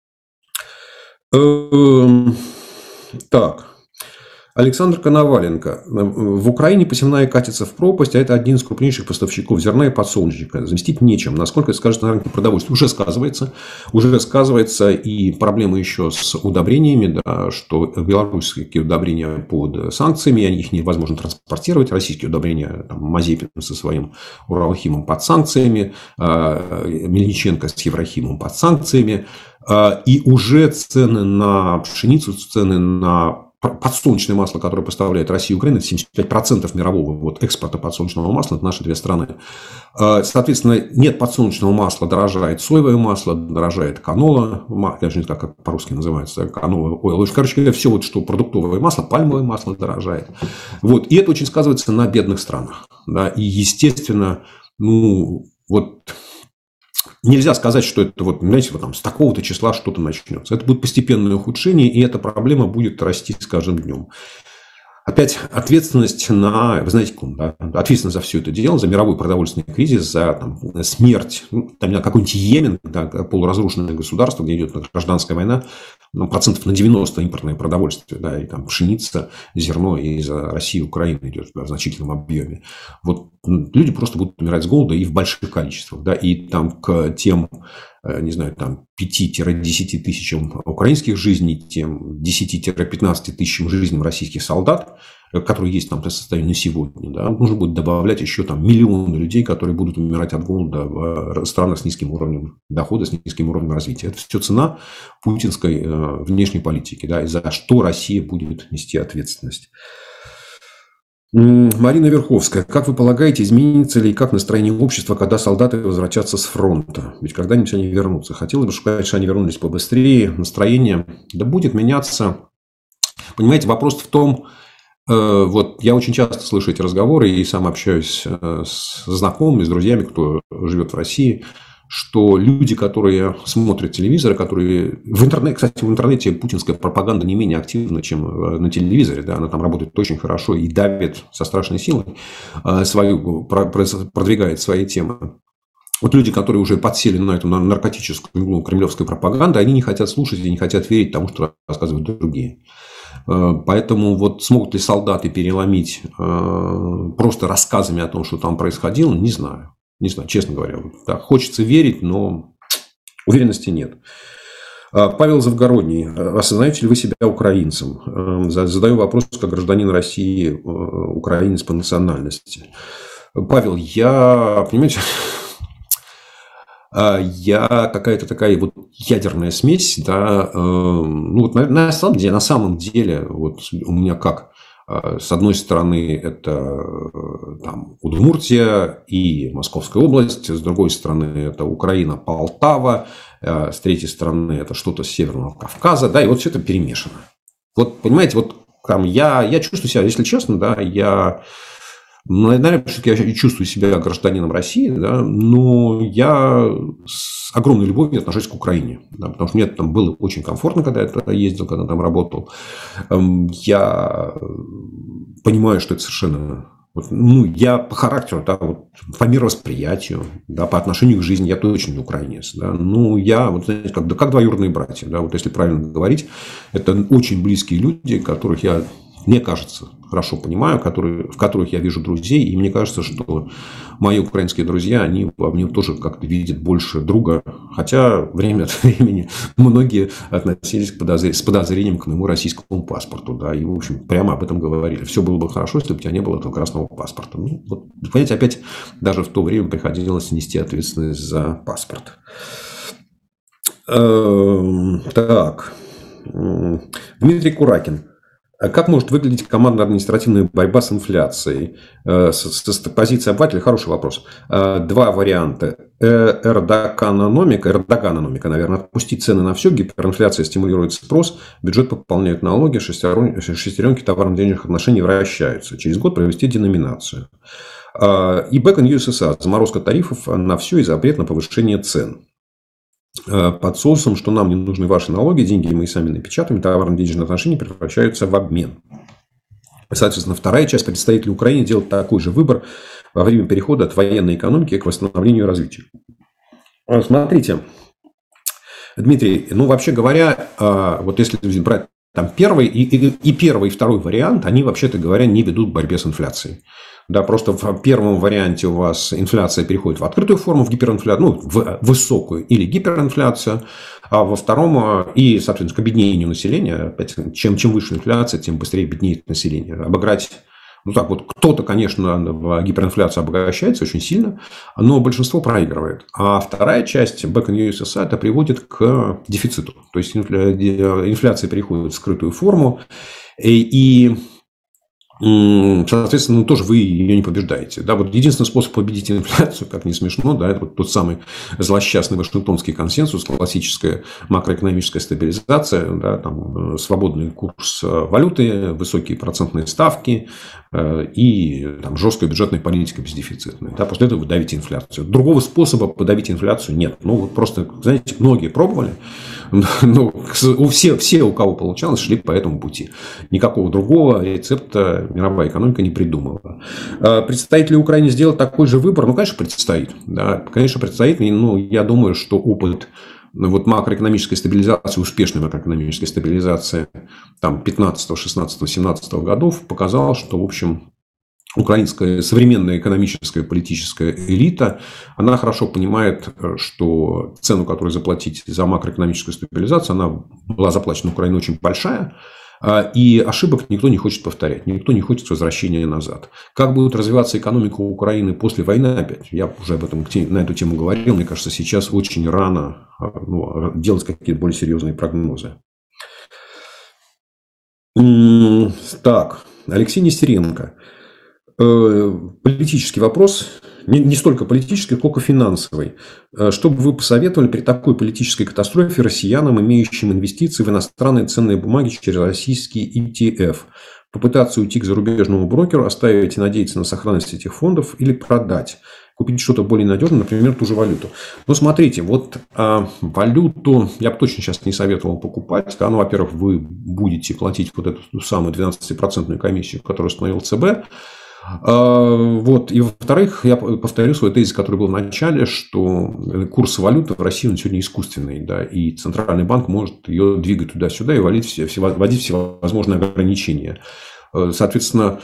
Так. Александр Коноваленко. В Украине посевная катится в пропасть, а это один из крупнейших поставщиков зерна и подсолнечника. Заместить нечем. Насколько это скажется на рынке продовольствия? Уже сказывается. И проблемы еще с удобрениями, да, что белорусские удобрения под санкциями, их невозможно транспортировать. Российские удобрения, там, Мазепин со своим Уралхимом под санкциями, Мельниченко с Еврохимом под санкциями. И уже цены на пшеницу, цены на подсолнечное масло, которое поставляет Россия и Украина, это 75% мирового экспорта подсолнечного масла, это наши две страны. Соответственно, нет подсолнечного масла, дорожает соевое масло, дорожает канола, я же не знаю, как по-русски называется, канола ойл. Короче говоря, все, вот, что продуктовое масло, пальмовое масло дорожает. Вот. И это очень сказывается на бедных странах. Да? И, естественно, ну, вот... Нельзя сказать, что это вот, знаете, вот там, с такого-то числа что-то начнется. Это будет постепенное ухудшение, и эта проблема будет расти с каждым днем. Опять ответственность на, вы знаете, да, ответственность за все это дело, за мировой продовольственный кризис, за там, смерть, там, какой-нибудь Йемен, да, полуразрушенное государство, где идет гражданская война, ну, процентов на 90 импортное продовольствие, да, и там пшеница, зерно из России и Украины идет в значительном объеме. Вот люди просто будут умирать с голода и в больших количествах, да, и там к тем, не знаю, там 5-10 тысячам украинских жизней, тем 10-15 тысячам жизней российских солдат, которые есть там в состоянии на сегодня, да, нужно будет добавлять еще там миллионы людей, которые будут умирать от голода в странах с низким уровнем дохода, с низким уровнем развития. Это все цена путинской внешней политики, да, и за что Россия будет нести ответственность. Марина Верховская. Как вы полагаете, изменится ли и как настроение общества, когда солдаты возвратятся с фронта? Ведь когда-нибудь они вернутся. Хотелось бы, чтобы, конечно, они вернулись побыстрее. Настроение да будет меняться. Понимаете, вопрос в том, вот я очень часто слышу эти разговоры и сам общаюсь с знакомыми, с друзьями, кто живет в России, что люди, которые смотрят телевизор, которые в интернете, кстати, в интернете путинская пропаганда не менее активна, чем на телевизоре, да, она там работает очень хорошо и давит со страшной силой свою, продвигает свои темы. Вот люди, которые уже подсели на эту наркотическую иглу кремлевской пропаганды, они не хотят слушать и не хотят верить тому, что рассказывают другие. Поэтому вот смогут ли солдаты переломить просто рассказами о том, что там происходило, не знаю. Не знаю, честно говоря. Так, хочется верить, но уверенности нет. Павел Завгородний. Осознаете ли вы себя украинцем? Задаю вопрос как гражданин России, украинец по национальности. Павел, я, понимаете, я какая-то такая вот ядерная смесь, да, ну, вот на самом деле, вот у меня как, с одной стороны, это там Удмуртия и Московская область, с другой стороны, это Украина, Полтава, с третьей стороны, это что-то с Северного Кавказа, да, и вот все это перемешано. Вот, понимаете, вот там я чувствую себя, если честно, да, наверное, все-таки я чувствую себя гражданином России, да, но я с огромной любовью отношусь к Украине. Да, потому что мне там было очень комфортно, когда я туда ездил, когда там работал. Я понимаю, что это совершенно... Ну, я по характеру, да, вот, по мировосприятию, да, по отношению к жизни я точно не украинец. Да, ну, я, вот, знаете, как двоюродные братья. Да, вот если правильно говорить, это очень близкие люди, которых я... Мне кажется, хорошо понимаю, в которых я вижу друзей. И мне кажется, что мои украинские друзья, они во мне тоже как-то видят больше друга. Хотя время от времени многие относились с подозрением к моему российскому паспорту. Да, и, в общем, прямо об этом говорили. Все было бы хорошо, если бы у тебя не было этого красного паспорта. Ну, вот, понимаете, опять даже в то время приходилось нести ответственность за паспорт. Так. Дмитрий Куракин. Как может выглядеть командно-административная борьба с инфляцией? С позиции обывателя хороший вопрос. Два варианта. Эрдоганономика, наверное. Отпустить цены на все, гиперинфляция стимулирует спрос, бюджет пополняют налоги, шестеренки товарно-денежных отношений вращаются. Через год провести деноминацию. И Back in USSR. Заморозка тарифов на все и запрет на повышение цен. Под соусом, что нам не нужны ваши налоги, деньги мы и сами напечатаем, товарно-денежные отношения превращаются в обмен. Соответственно, вторая часть. Предстоит ли Украине делать такой же выбор во время перехода от военной экономики к восстановлению и развитию? Смотрите, Дмитрий, ну, вообще говоря, вот если брать там первый и первый, и второй вариант, они, вообще-то говоря, не ведут к борьбе с инфляцией. Да, просто в первом варианте у вас инфляция переходит в открытую форму, в гиперинфляцию, ну, в высокую или гиперинфляцию, а во втором и, соответственно, к обеднению населения. Опять, чем выше инфляция, тем быстрее беднеет население. Обыграть, ну так вот, кто-то, конечно, в гиперинфляцию обогащается очень сильно, но большинство проигрывает. А вторая часть Back in USSR это приводит к дефициту. То есть инфляция переходит в скрытую форму, и соответственно, тоже вы ее не побеждаете. Да, вот единственный способ победить инфляцию, как не смешно, да, это вот тот самый злосчастный Вашингтонский консенсус, классическая макроэкономическая стабилизация, да, там, свободный курс валюты, высокие процентные ставки и там, жесткая бюджетная политика бездефицитная. Да, после этого вы давите инфляцию. Другого способа подавить инфляцию нет. Ну, вот просто, знаете, многие пробовали. Ну, все, у кого получалось, шли по этому пути. Никакого другого рецепта мировая экономика не придумала. Предстоит ли Украине сделать такой же выбор? Ну, конечно, предстоит. Да, конечно, предстоит. Ну, я думаю, что опыт вот макроэкономической стабилизации, успешной макроэкономической стабилизации там, 15, 16, 17 годов показал, что, в общем, украинская современная экономическая политическая элита, она хорошо понимает, что цену, которую заплатить за макроэкономическую стабилизацию, она была заплачена Украиной очень большая, и ошибок никто не хочет повторять, никто не хочет возвращения назад. Как будет развиваться экономика Украины после войны опять? Я уже об этом на эту тему говорил. Мне кажется, сейчас очень рано делать какие-то более серьезные прогнозы. Так, Алексей Нестеренко. политический вопрос, не столько политический, сколько финансовый. Что бы вы посоветовали при такой политической катастрофе россиянам, имеющим инвестиции в иностранные ценные бумаги через российский ETF? Попытаться уйти к зарубежному брокеру, оставить и надеяться на сохранность этих фондов или продать? Купить что-то более надежное, например, ту же валюту. Ну, смотрите, вот валюту я бы точно сейчас не советовал покупать. Да? Ну, во-первых, вы будете платить вот эту самую 12% комиссию, которую установил ЦБ. Вот. И, во-вторых, я повторю свой тезис, который был в начале, что курс валюты в России он сегодня искусственный. Да? И Центральный банк может ее двигать туда-сюда и вводить всевозможные ограничения. Соответственно,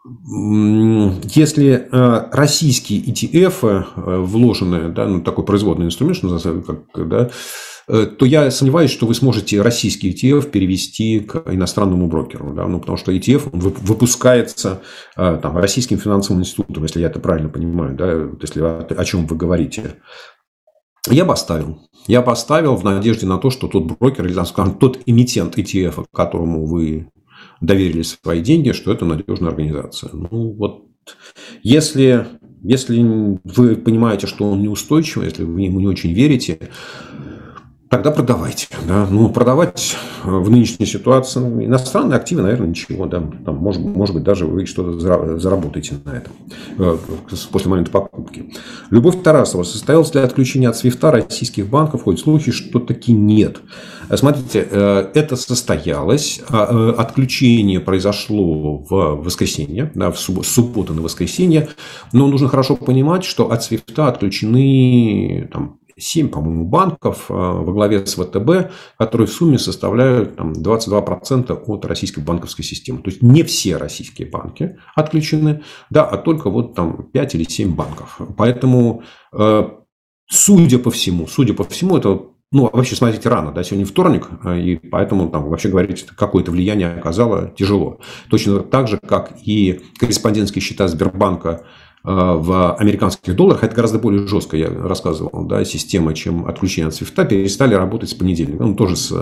если российские ETF вложены, да, ну, такой производный инструмент, да, то я сомневаюсь, что вы сможете российский ETF перевести к иностранному брокеру. Да, ну, потому что ETF выпускается там, российским финансовым институтом, если я это правильно понимаю, да, если о чем вы говорите. Я бы оставил. Я бы оставил в надежде на то, что тот брокер, или, скажем, тот эмитент ETF, которому вы доверили свои деньги, что это надежная организация. Ну, вот, если вы понимаете, что он неустойчивый, если вы ему не очень верите, тогда продавайте. Да? Ну, продавать в нынешней ситуации иностранные активы, наверное, ничего. Да? Там, может быть, даже вы что-то заработаете на этом после момента покупки. Любовь Тарасова. Состоялось ли отключение от свифта российских банков? Ходят слухи, что таки нет. Смотрите, это состоялось. Отключение произошло в воскресенье, да, с субботы на воскресенье. Но нужно хорошо понимать, что от свифта отключены 7, по-моему, банков во главе с ВТБ, которые в сумме составляют 22% от российской банковской системы. То есть, не все российские банки отключены, да, а только вот 5 или 7 банков. Поэтому, судя по всему, это, ну, вообще, смотрите, рано, да, сегодня вторник, и поэтому вообще говорить, какое-то влияние оказало тяжело. Точно так же, как и корреспондентские счета Сбербанка в американских долларах, это гораздо более жестко, я рассказывал, да, система, чем отключение от свифта, перестали работать с понедельника. Ну, тоже с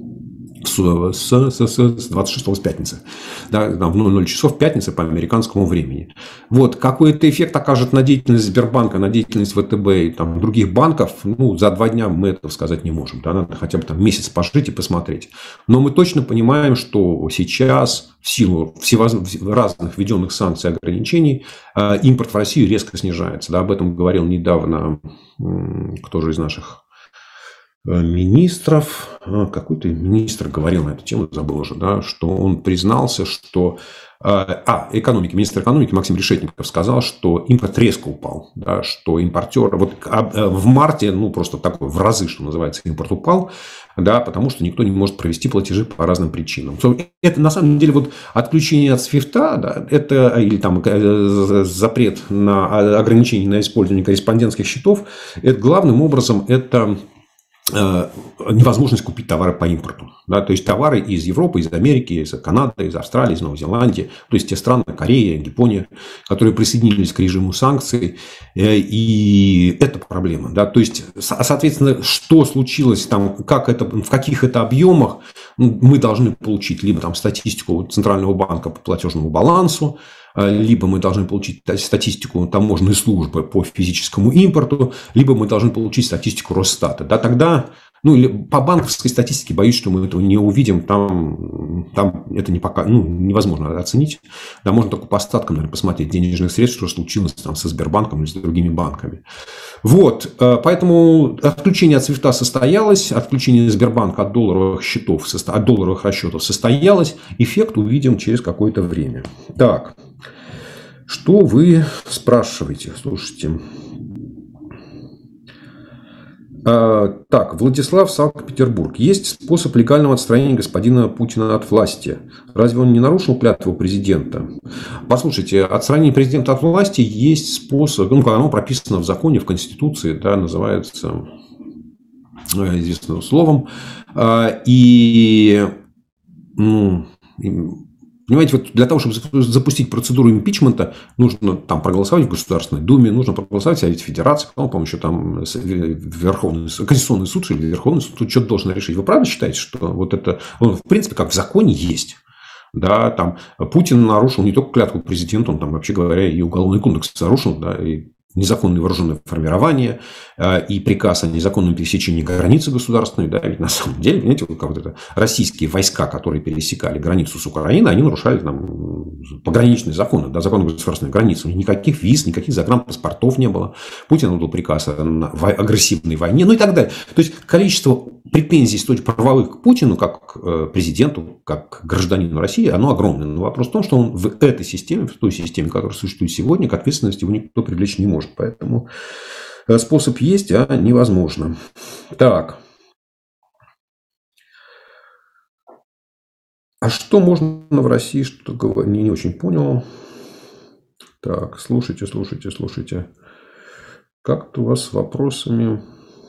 26 с пятницы. Да, в 00 часов пятницы по американскому времени. Вот. Какой это эффект окажет на деятельность Сбербанка, на деятельность ВТБ и других банков, ну, за 2 дня мы этого сказать не можем. Да? Надо хотя бы месяц пожить и посмотреть. Но мы точно понимаем, что сейчас в силу разных введенных санкций и ограничений импорт в Россию резко снижается. Да? Об этом говорил недавно кто же из наших министров, какой-то министр говорил на эту тему, забыл уже, да, что он признался, что министр экономики Максим Решетников сказал, что импорт резко упал, да, что импортеры, вот в марте, ну, просто такой в разы, что называется, импорт упал, да, потому что никто не может провести платежи по разным причинам. Это на самом деле вот отключение от свифта, да, это или запрет на ограничение на использование корреспондентских счетов, это главным образом это невозможность купить товары по импорту. Да? То есть, товары из Европы, из Америки, из Канады, из Австралии, из Новой Зеландии. То есть, те страны, Корея, Япония, которые присоединились к режиму санкций. И это проблема. Да? То есть, соответственно, что случилось, в каких это объемах, мы должны получить либо статистику Центрального банка по платежному балансу, либо мы должны получить статистику таможенной службы по физическому импорту, либо мы должны получить статистику Росстата. Да, тогда, ну, или по банковской статистике, боюсь, что мы этого не увидим. Там это невозможно оценить. Да, можно только по остаткам, наверное, посмотреть денежных средств, что случилось со Сбербанком или с другими банками. Вот. Поэтому отключение от свифта состоялось, отключение Сбербанка от долларовых счетов, от долларовых расчетов состоялось. Эффект увидим через какое-то время. Так. Что вы спрашиваете? Слушайте. Так, Владислав, Санкт-Петербург. Есть способ легального отстранения господина Путина от власти. Разве он не нарушил клятву президента? Послушайте, отстранение президента от власти есть способ, оно прописано в законе, в Конституции, да, называется известным словом. Понимаете, вот для того, чтобы запустить процедуру импичмента, нужно проголосовать в Государственной Думе, нужно проголосовать в Совете Федерации, потом, по-моему, еще Конституционный суд или Верховный суд что-то должен решить. Вы правда считаете, что вот это, в принципе, как в законе есть? Да, там Путин нарушил не только клятву президента, он там, вообще говоря, и уголовный кодекс нарушил, да, и незаконное вооруженное формирование, и приказ о незаконном пересечении границы государственной. Да, ведь на самом деле, понимаете, вот как вот это российские войска, которые пересекали границу с Украиной, они нарушали там пограничные законы, да, законы государственной границы. У них никаких виз, никаких загранпаспортов не было. Путин отдал приказ о агрессивной войне, ну и так далее. То есть количество претензий с точки правовых к Путину, как президенту, как гражданину России, оно огромное. Но вопрос в том, что он в этой системе, в той системе, которая существует сегодня, к ответственности его никто привлечь не может. Поэтому способ есть, а невозможно. Так. А что можно в России, что говорить? Не очень понял. Так, слушайте. Как-то у вас с вопросами...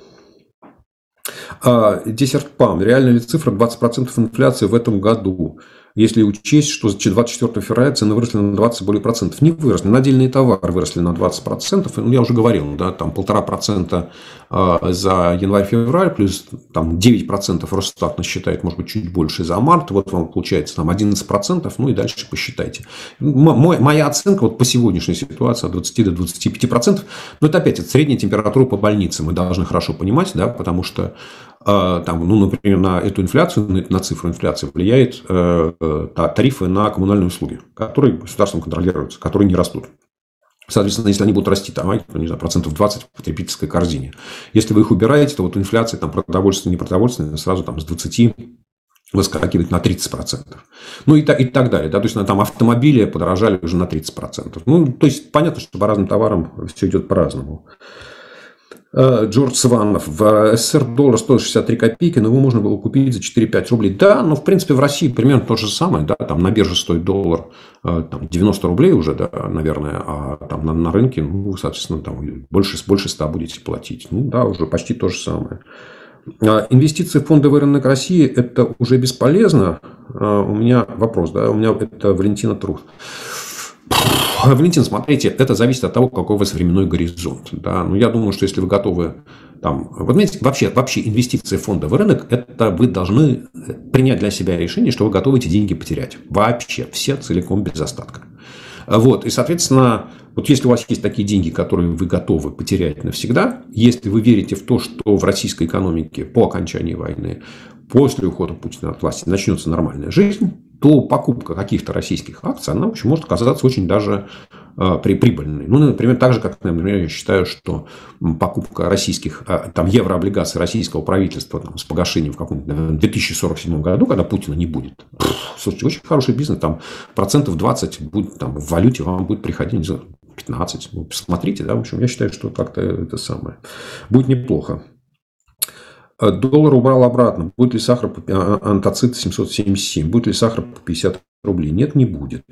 Десертпам. Реальная ли цифра 20% инфляции в этом году? Если учесть, что 24 февраля цены выросли на 20 более процентов. Не выросли. На отдельные товары выросли на 20%. Ну, я уже говорил, да, там 1,5% за январь-февраль, плюс там 9% Росстат насчитает, может быть, чуть больше за март. Вот вам получается там 11%. Ну, и дальше посчитайте. Моя оценка вот по сегодняшней ситуации от 20 до 25%. Но это опять средняя температура по больнице. Мы должны хорошо понимать, да, потому что там, ну, например, на эту инфляцию, на цифру инфляции влияет тарифы на коммунальные услуги, которые государством контролируются, которые не растут. Соответственно, если они будут расти, там, не знаю, 20% в потребительской корзине. Если вы их убираете, то вот инфляция там, продовольственная, непродовольственная сразу там, с 20 выскакивает на 30%. Ну и так далее. Да? То есть, там автомобили подорожали уже на 30%. Ну, то есть, понятно, что по разным товарам все идет по-разному. Джордж Сванов. В СССР доллар стоил 63 копейки, но его можно было купить за 4-5 рублей. Да, но в принципе в России примерно то же самое. Да, там на бирже стоит доллар там, 90 рублей уже, да, наверное, а там на рынке, ну, соответственно, там больше 100 будете платить. Ну да, уже почти то же самое. Инвестиции в фондовый рынок России – это уже бесполезно. У меня вопрос, да, у меня это Валентина Труд. Валентин, смотрите, это зависит от того, какой у вас временной горизонт. Да? Но я думаю, что если вы готовы... Там, вот знаете, вообще инвестиции в фондовый рынок, это вы должны принять для себя решение, что вы готовы эти деньги потерять. Вообще, все целиком без остатка. Вот, и, соответственно, вот если у вас есть такие деньги, которые вы готовы потерять навсегда, если вы верите в то, что в российской экономике по окончании войны, после ухода Путина от власти начнется нормальная жизнь, то покупка каких-то российских акций, она, в общем, может оказаться очень даже прибыльной. Ну, например, так же, как, например, я считаю, что покупка российских, там, еврооблигаций российского правительства там, с погашением в каком-то 2047 году, когда Путина не будет. Слушайте, очень хороший бизнес, там 20% будет там, в валюте вам будет приходить, не знаю, 15. Ну, посмотрите, да, в общем, я считаю, что как-то это самое будет неплохо. Доллар убрал обратно. Будет ли сахар антоцит 777? Будет ли сахар по 50 рублей? Нет, не будет.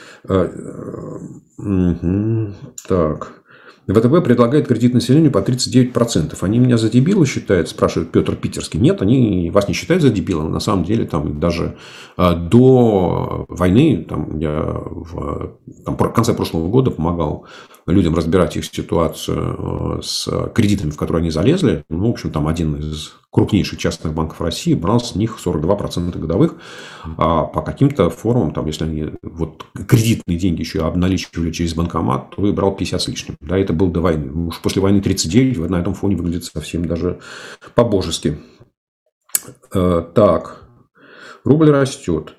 Так. ВТБ предлагает кредит населению по 39%. Они меня за дебила считают, спрашивает Петр Питерский. Нет, они вас не считают за дебила. На самом деле, там даже до войны, там, я в конце прошлого года помогал людям разбирать их ситуацию с кредитами, в которые они залезли. Ну, в общем, там один из крупнейших частных банков России брал с них 42% годовых. А по каким-то формам, там, если они вот, кредитные деньги еще обналичивали через банкомат, то и брал 50 с лишним. Да, это было до войны. Уж после войны 39 на этом фоне выглядит совсем даже по-божески. Так. Рубль растет.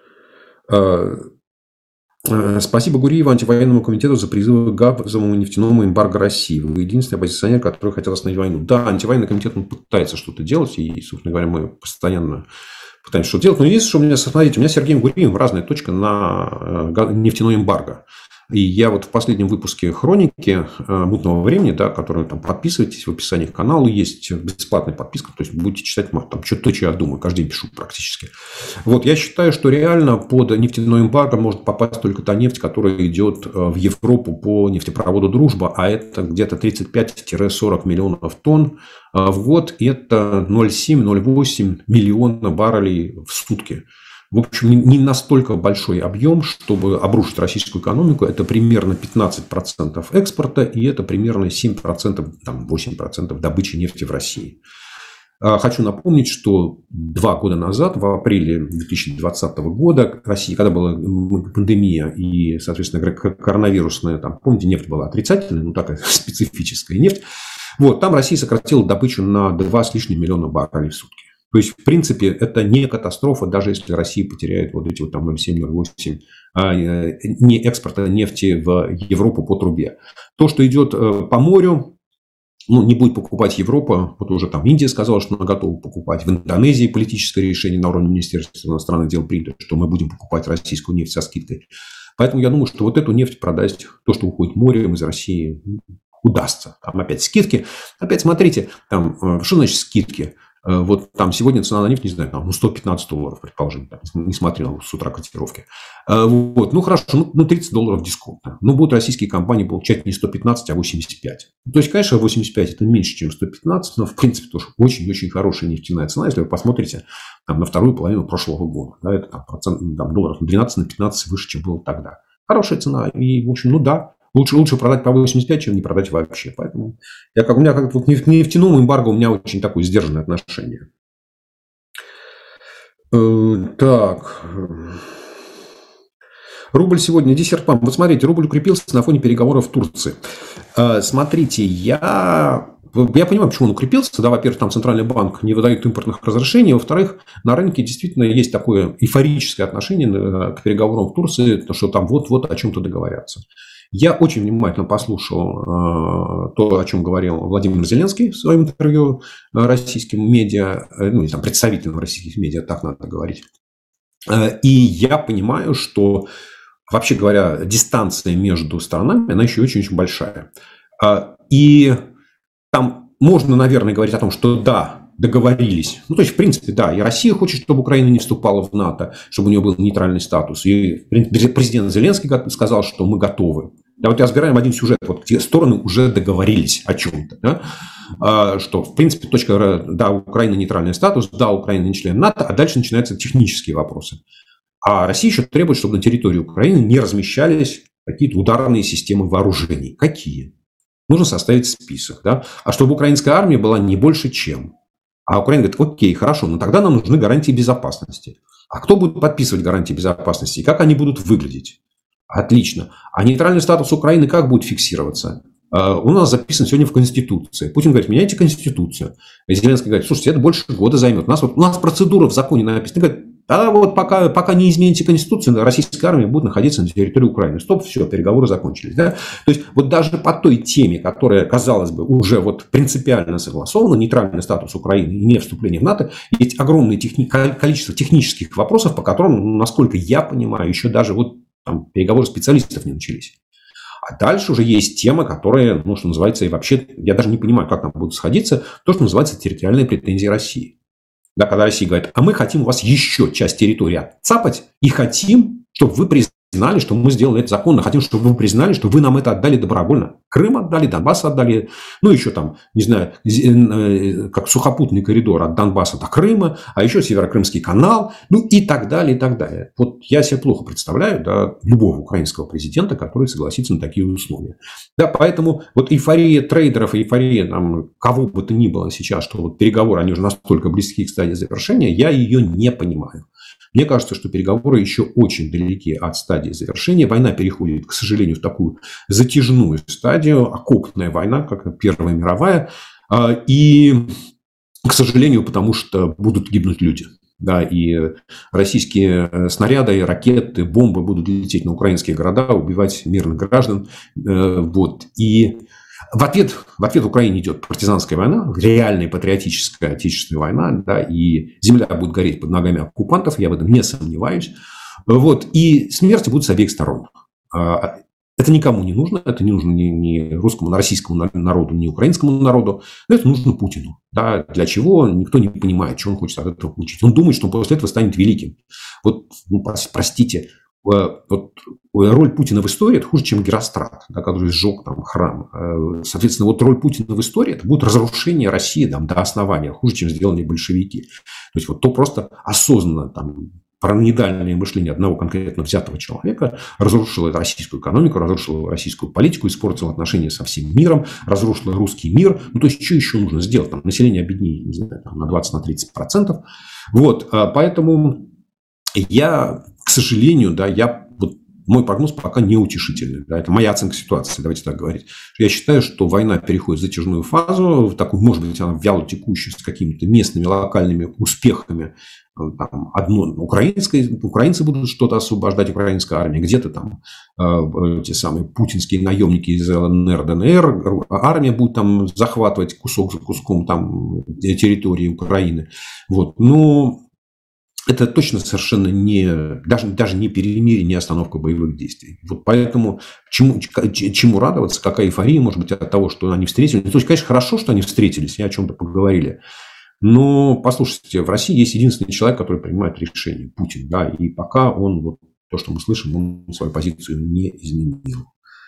Спасибо Гуриеву, антивоенному комитету за призывы к газовому и нефтяному эмбарго России. Вы единственный оппозиционер, который хотел остановить войну. Да, антивоенный комитет пытается что-то делать. И, собственно говоря, мы постоянно пытаемся что-то делать. Но единственное, что у меня, смотрите, у меня с Сергеем Гуриевым разная точка на нефтяной эмбарго. И я вот в последнем выпуске «Хроники мутного времени», да, который там подписывайтесь, в описании к каналу есть бесплатная подписка, то есть будете читать там что-то, что я думаю, каждый день пишу практически. Вот я считаю, что реально под нефтяной эмбарго может попасть только та нефть, которая идет в Европу по нефтепроводу «Дружба», а это где-то 35-40 миллионов тонн в год, и это 0,7-0,8 миллиона баррелей в сутки. В общем, не настолько большой объем, чтобы обрушить российскую экономику. Это примерно 15% экспорта, и это примерно 7%, там, 8% добычи нефти в России. Хочу напомнить, что 2 года назад, в апреле 2020 года, Россия, когда была пандемия и, соответственно, коронавирусная, там, помните, нефть была отрицательная, ну, такая специфическая нефть, вот, там Россия сократила добычу на 2 с лишним миллиона баррелей в сутки. То есть, в принципе, это не катастрофа, даже если Россия потеряет вот эти вот там 0,7-0,8 не экспорта нефти в Европу по трубе. То, что идет по морю, ну, не будет покупать Европа. Вот уже там Индия сказала, что она готова покупать. В Индонезии политическое решение на уровне Министерства иностранных дел принято, что мы будем покупать российскую нефть со скидкой. Поэтому я думаю, что вот эту нефть продать, то, что уходит морем из России, удастся. Там опять скидки. Опять смотрите, там, что значит скидки? Вот там сегодня цена на нефть, не знаю, там, $115, предположим, там, не смотрел с утра котировки. Вот, ну хорошо, ну $30 дисконта. Но будут российские компании получать не 115, а 85. То есть, конечно, 85 это меньше, чем 115, но в принципе тоже очень-очень хорошая нефтяная цена, если вы посмотрите там, на вторую половину прошлого года. Да, это там, процент, там, долларов на 12-15 выше, чем было тогда. Хорошая цена. И, в общем, ну да. Лучше продать по 85, чем не продать вообще. Поэтому у меня как-то к нефтяному эмбарго у меня очень такое сдержанное отношение. Так. Рубль сегодня десертпам. Вот смотрите, рубль укрепился на фоне переговоров в Турции. Смотрите, я понимаю, почему он укрепился. Да, во-первых, там Центральный банк не выдает импортных разрешений. Во-вторых, на рынке действительно есть такое эйфорическое отношение к переговорам в Турции, что там вот-вот о чем-то договорятся. Я очень внимательно послушал то, о чем говорил Владимир Зеленский в своем интервью российским медиа, ну, или там представителям российских медиа, так надо говорить. И я понимаю, что, вообще говоря, дистанция между сторонами, она еще очень-очень большая. И там можно, наверное, говорить о том, что да, договорились. Ну, то есть, в принципе, да, и Россия хочет, чтобы Украина не вступала в НАТО, чтобы у нее был нейтральный статус. И президент Зеленский сказал, что мы готовы. Да, вот разбираем один сюжет, вот где стороны уже договорились о чем-то. Да? Что, в принципе, точка, да, Украина нейтральный статус, да, Украина не член НАТО, а дальше начинаются технические вопросы. А Россия еще требует, чтобы на территории Украины не размещались какие-то ударные системы вооружений. Какие? Нужно составить список. Да? А чтобы украинская армия была не больше, чем. А Украина говорит, окей, хорошо, но тогда нам нужны гарантии безопасности. А кто будет подписывать гарантии безопасности и как они будут выглядеть? Отлично. А нейтральный статус Украины как будет фиксироваться? У нас записан сегодня в Конституции. Путин говорит, меняйте Конституцию. И Зеленский говорит, слушайте, это больше года займет. У нас процедура в законе написана. Говорит, а вот пока не измените Конституцию, российская армия будет находиться на территории Украины. Стоп, все, переговоры закончились. Да? То есть, вот даже по той теме, которая, казалось бы, уже вот принципиально согласована, нейтральный статус Украины и не вступление в НАТО, есть огромное количество технических вопросов, по которым, насколько я понимаю, еще даже вот там переговоры специалистов не начались. А дальше уже есть темы, которые, ну, что называется, и вообще, я даже не понимаю, как там будут сходиться, то, что называется территориальные претензии России. Да, когда Россия говорит, а мы хотим у вас еще часть территории отцапать и хотим, чтобы вы признали, что мы сделали это законно, хотим, чтобы вы признали, что вы нам это отдали добровольно. Крым отдали, Донбасс отдали, ну, еще там, не знаю, как сухопутный коридор от Донбасса до Крыма, а еще Северокрымский канал, ну, и так далее, и так далее. Вот я себе плохо представляю, да, любого украинского президента, который согласится на такие условия. Да, поэтому вот эйфория трейдеров, эйфория там, кого бы то ни было сейчас, что вот переговоры, они уже настолько близки к стадии завершения, я ее не понимаю. Мне кажется, что переговоры еще очень далеки от стадии завершения. Война переходит, к сожалению, в такую затяжную стадию, окопная война, как Первая мировая. И, к сожалению, потому что будут гибнуть люди. Да, и российские снаряды, ракеты, бомбы будут лететь на украинские города, убивать мирных граждан. Вот. И в ответ Украине идет партизанская война, реальная патриотическая отечественная война, да, и земля будет гореть под ногами оккупантов, я в этом не сомневаюсь. Вот, и смерти будут с обеих сторон. Это никому не нужно, это не нужно ни русскому, ни российскому народу, ни украинскому народу, но это нужно Путину. Да, для чего, никто не понимает, что он хочет от этого получить. Он думает, что он после этого станет великим. Вот, ну, простите, вот роль Путина в истории – это хуже, чем Герострат, да, который сжег там храм. Соответственно, вот роль Путина в истории – это будет разрушение России там, до основания, хуже, чем сделали большевики. То есть, вот то просто осознанно там, параноидальное мышление одного конкретно взятого человека разрушило российскую экономику, разрушило российскую политику, испортило отношения со всем миром, разрушило русский мир. Ну, то есть, что еще нужно сделать? Там, население обеднеет, не знаю, там, на 20-30%. Вот, поэтому я, к сожалению, да, мой прогноз пока неутешительный. Да, это моя оценка ситуации, давайте так говорить. Я считаю, что война переходит в затяжную фазу, в такую, может быть, она вяло текущую, с какими-то местными локальными успехами. Там, украинцы будут что-то освобождать, украинская армия, где-то там те самые путинские наемники из ЛНР, ДНР, армия будет там захватывать кусок за куском там, территории Украины. Вот. Но это точно совершенно даже не перемирие, не остановка боевых действий. Вот поэтому чему радоваться, какая эйфория может быть от того, что они встретились. То есть, конечно, хорошо, что они встретились и о чем-то поговорили. Но, послушайте, в России есть единственный человек, который принимает решение, Путин. Да, и пока он, вот, то, что мы слышим, он свою позицию не изменил.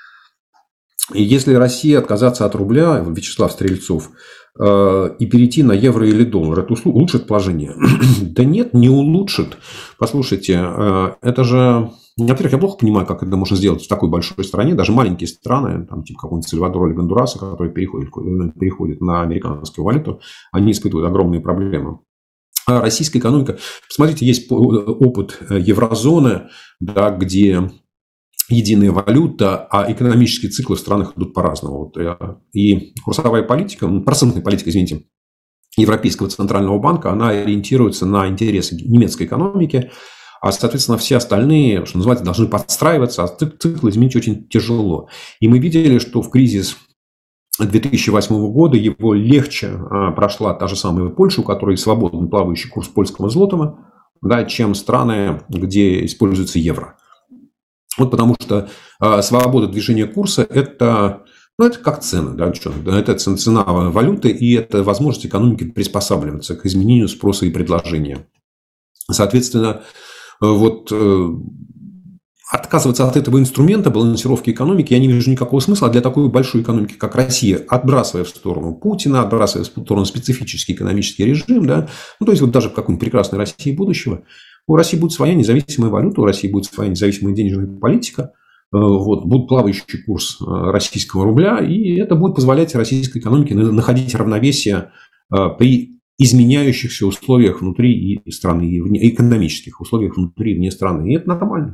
И если Россия отказаться от рубля, Вячеслав Стрельцов, и перейти на евро или доллар, это улучшит положение? Да нет, не улучшит. Послушайте, это же... Во-первых, я плохо понимаю, как это можно сделать в такой большой стране. Даже маленькие страны, там, типа какого-нибудь Сальвадора или Гондураса, которые переходят на американскую валюту, они испытывают огромные проблемы. А российская экономика... Посмотрите, есть опыт еврозоны, да, где единая валюта, а экономические циклы в странах идут по-разному. И курсовая политика, процентная политика, извините, Европейского центрального банка, она ориентируется на интересы немецкой экономики, а, соответственно, все остальные, что называется, должны подстраиваться, а циклы изменить очень тяжело. И мы видели, что в кризис 2008 года его легче прошла та же самая Польша, у которой свободно плавающий курс польского злотого, да, чем страны, где используется евро. Вот потому что свобода движения курса – это как цена. Да, это цена валюты, и это возможность экономики приспосабливаться к изменению спроса и предложения. Соответственно, вот отказываться от этого инструмента балансировки экономики я не вижу никакого смысла. А для такой большой экономики, как Россия, отбрасывая в сторону Путина, отбрасывая в сторону специфический экономический режим, да, то есть вот даже в какой-нибудь прекрасной России будущего, у России будет своя независимая валюта, у России будет своя независимая денежная политика, вот, будет плавающий курс российского рубля, и это будет позволять российской экономике находить равновесие при изменяющихся условиях внутри страны, и вне, экономических условиях внутри и вне страны. И это нормально.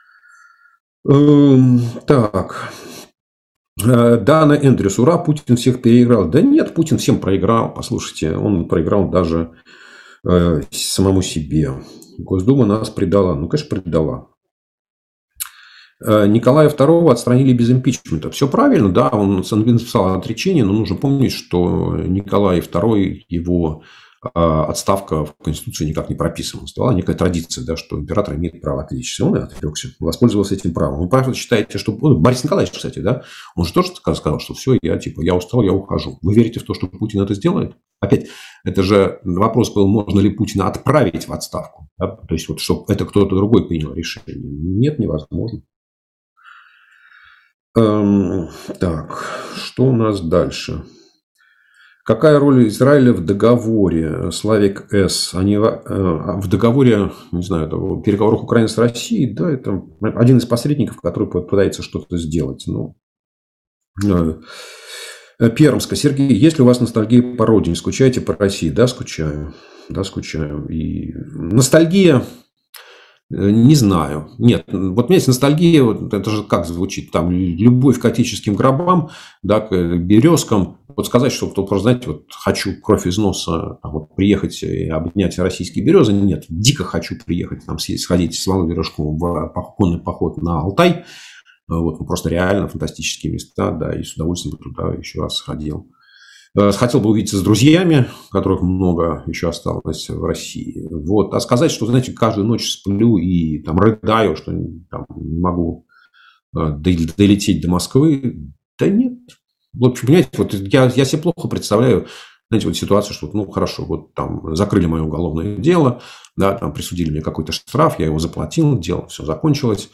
Так. Дана Эндрюс. Ура, Путин всех переиграл. Да нет, Путин всем проиграл. Послушайте, он проиграл даже самому себе. Госдума нас предала. Ну, конечно, предала. Николая II отстранили без импичмента. Все правильно, да, он написал отречение, но нужно помнить, что Николай II, его отставка в Конституции никак не прописана. Стала некая традиция, да, что император имеет право отречься. Он и отрекся, воспользовался этим правом. Вы правда считаете, что... Борис Николаевич, кстати, да, он же тоже сказал, что все, я устал, я ухожу. Вы верите в то, что Путин это сделает? Опять, это же вопрос был, можно ли Путина отправить в отставку. Да? То есть, вот, чтобы это кто-то другой принял решение. Нет, невозможно. Так, что у нас дальше? Какая роль Израиля в договоре? Славик С. Они в договоре, не знаю, переговорах Украины с Россией, да, это один из посредников, который пытается что-то сделать. Ну, Пермска. Сергей, есть ли у вас ностальгия по родине? Скучаете по России? Да, скучаю. Да, скучаю. И ностальгия... Не знаю. Нет. Вот у меня есть ностальгия. Вот это же как звучит? Там любовь к отеческим гробам, да, к березкам. Вот сказать, что просто, знаете, вот хочу кровь из носа, там, вот, приехать и обнять российские березы. Нет. Дико хочу приехать, там, сходить с Володей Рожковым в конный поход на Алтай. Вот, просто реально фантастические места. Да, и с удовольствием туда еще раз сходил. Хотел бы увидеться с друзьями, которых много еще осталось в России. Вот. А сказать, что, знаете, каждую ночь сплю и там рыдаю, что там, не могу долететь до Москвы. Да нет. В общем, понимаете, вот я себе плохо представляю, знаете, вот ситуацию, что, ну, хорошо, вот там закрыли мое уголовное дело, да, там присудили мне какой-то штраф, я его заплатил, дело все закончилось.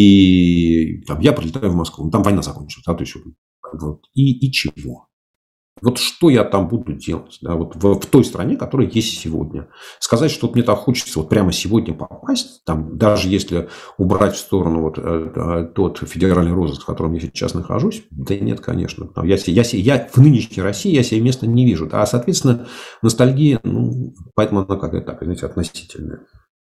И там, я прилетаю в Москву, там война закончилась. Да, то есть, вот, и чего? Вот что я там буду делать, да, вот в той стране, которая есть сегодня. Сказать, что вот мне так хочется вот прямо сегодня попасть, там, даже если убрать в сторону вот, тот федеральный розыск, в котором я сейчас нахожусь, да нет, конечно. Я в нынешней России я себе места не вижу. А, соответственно, ностальгия, ну, поэтому она какая-то, знаете, относительная.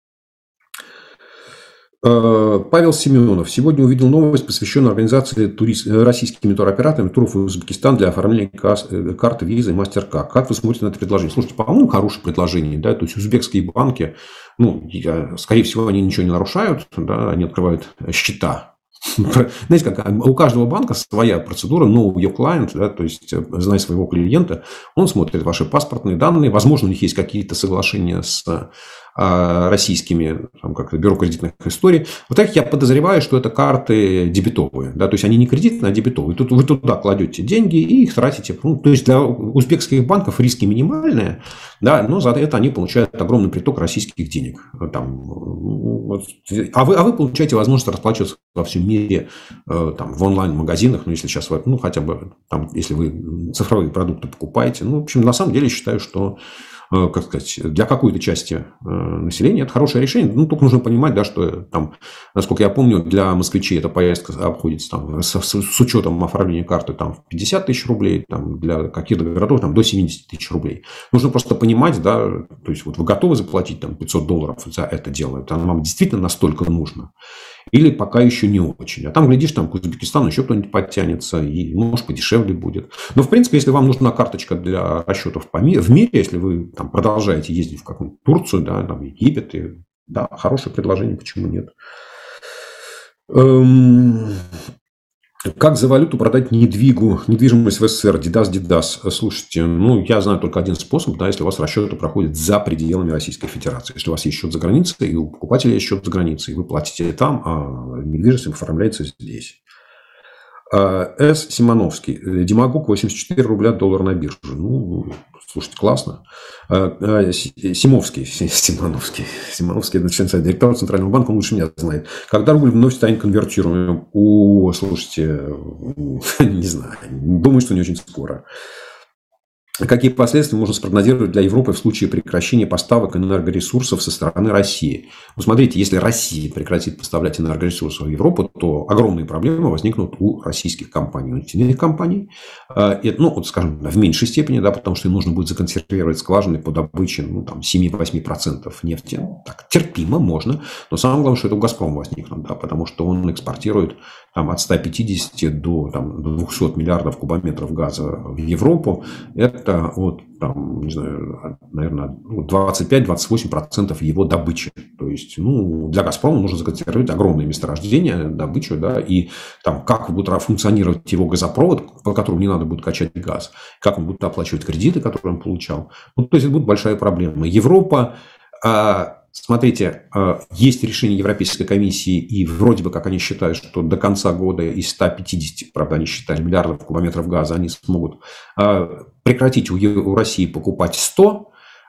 Павел Семенов. Сегодня увидел новость, посвященную организации российскими туроператорами туров в Узбекистан для оформления карты визы и MasterCard. Как вы смотрите на это предложение? Слушайте, по-моему, хорошее предложение. Да? То есть, узбекские банки, ну, скорее всего, они ничего не нарушают. Да? Они открывают счета. Знаете, как у каждого банка своя процедура, know your client, да, то есть, зная своего клиента, он смотрит ваши паспортные данные, возможно, у них есть какие-то соглашения с российскими там, как бюро кредитных историй. Вот так я подозреваю, что это карты дебетовые. Да, то есть, они не кредитные, а дебетовые. Тут вы туда кладете деньги и их тратите. Ну, то есть, для узбекских банков риски минимальные, да, но за это они получают огромный приток российских денег. Там, вот, а вы получаете возможность расплачиваться во всем мире там, в онлайн-магазинах, ну, если сейчас, ну, хотя бы, там, если вы цифровые продукты покупаете. Ну, в общем, на самом деле, считаю, что как сказать, для какой-то части населения это хорошее решение. Ну, только нужно понимать, да, что там, насколько я помню, для москвичей эта поездка обходится там, с учетом оформления карты там, в 50 тысяч рублей, там, для каких-то городов там, до 70 тысяч рублей. Нужно просто понимать, да, то есть, вот вы готовы заплатить там, $500 за это дело, это вам действительно настолько нужно. Или пока еще не очень. А там, глядишь, там к Узбекистану еще кто-нибудь подтянется, и, может, подешевле будет. Но, в принципе, если вам нужна карточка для расчетов в мире, если вы там, продолжаете ездить в какую-нибудь Турцию, да, там, Египет, да, хорошее предложение, почему нет. Как за валюту продать недвижимость в СССР? Дидас. Слушайте, ну, я знаю только один способ, да, если у вас расчеты проходят за пределами Российской Федерации. Если у вас есть счет за границей, и у покупателя есть счет за границей, и вы платите там, а недвижимость оформляется здесь. С. Симоновский. Демагог 84 рубля доллар на бирже. Ну, слушайте, классно. Симоновский, это член директора Центрального банка, он лучше меня знает. Когда рубль вновь станет конвертируемым? Слушайте, не знаю. Думаю, что не очень скоро. Какие последствия можно спрогнозировать для Европы в случае прекращения поставок энергоресурсов со стороны России? Ну, смотрите, если Россия прекратит поставлять энергоресурсы в Европу, то огромные проблемы возникнут у российских компаний, у нефтяных компаний. Ну, вот, скажем, в меньшей степени, да, потому что им нужно будет законсервировать скважины по добыче 7-8% нефти. Так, терпимо, можно. Но самое главное, что это у «Газпрома» возникнут, да, потому что он экспортирует там, от 150 до 200 миллиардов кубометров газа в Европу. Это вот, там, не знаю, наверное, 25-28% его добычи. То есть, ну, для «Газпрома» нужно законсервировать огромные месторождения, добычу, да, и там, как будет функционировать его газопровод, по которому не надо будет качать газ, как он будет оплачивать кредиты, которые он получал. Ну, то есть, это будет большая проблема. Европа... Смотрите, есть решение Европейской комиссии, и вроде бы, как они считают, что до конца года из 150, правда, они считали, миллиардов кубометров газа, они смогут прекратить у России покупать 100.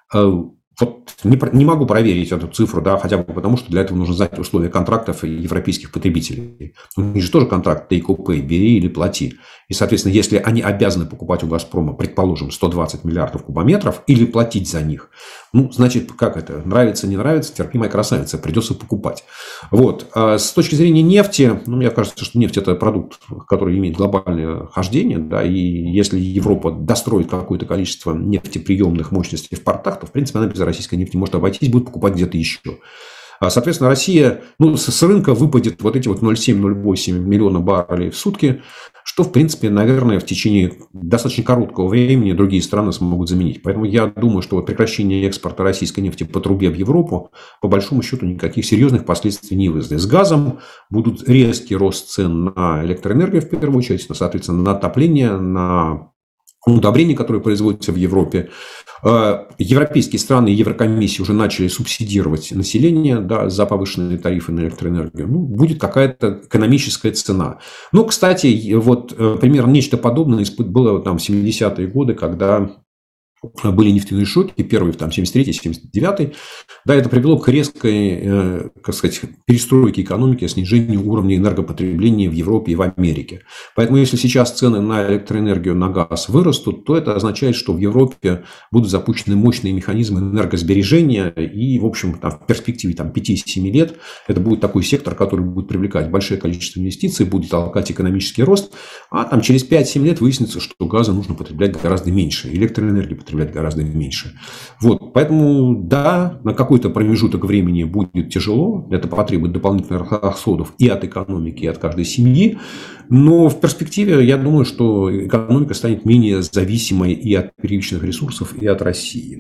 Вот не могу проверить эту цифру, да, хотя бы потому, что для этого нужно знать условия контрактов европейских потребителей. У них же тоже контракт take or pay, бери или плати. И, соответственно, если они обязаны покупать у «Газпрома», предположим, 120 миллиардов кубометров или платить за них, ну, значит, как это? Нравится, не нравится, терпимая красавица, придется покупать. Вот. А с точки зрения нефти, ну, мне кажется, что нефть – это продукт, который имеет глобальное хождение, да, и если Европа достроит какое-то количество нефтеприемных мощностей в портах, то, в принципе, она без российской нефти может обойтись, будет покупать где-то еще. Соответственно, Россия, ну, с рынка выпадет вот эти вот 0,7-0,8 миллиона баррелей в сутки, что, в принципе, наверное, в течение достаточно короткого времени другие страны смогут заменить. Поэтому я думаю, что вот прекращение экспорта российской нефти по трубе в Европу, по большому счету, никаких серьезных последствий не вызовет. С газом будут резкий рост цен на электроэнергию, в первую очередь, соответственно, на отопление, на удобрения, которые производятся в Европе. Европейские страны и Еврокомиссия уже начали субсидировать население, да, за повышенные тарифы на электроэнергию. Ну, будет какая-то экономическая цена. Ну, кстати, вот примерно нечто подобное было там, в 70-е годы, когда были нефтяные шоки, первый там 73-й, 79-й, да, это привело к резкой, как сказать, перестройке экономики, снижению уровня энергопотребления в Европе и в Америке. Поэтому, если сейчас цены на электроэнергию, на газ вырастут, то это означает, что в Европе будут запущены мощные механизмы энергосбережения, и, в общем, там, в перспективе там, 5-7 лет это будет такой сектор, который будет привлекать большое количество инвестиций, будет толкать экономический рост, а там через 5-7 лет выяснится, что газа нужно потреблять гораздо меньше, электроэнергии потреблять гораздо меньше. Вот. Поэтому, да, на какой-то промежуток времени будет тяжело. Это потребует дополнительных расходов и от экономики, и от каждой семьи. Но в перспективе, я думаю, что экономика станет менее зависимой и от первичных ресурсов, и от России.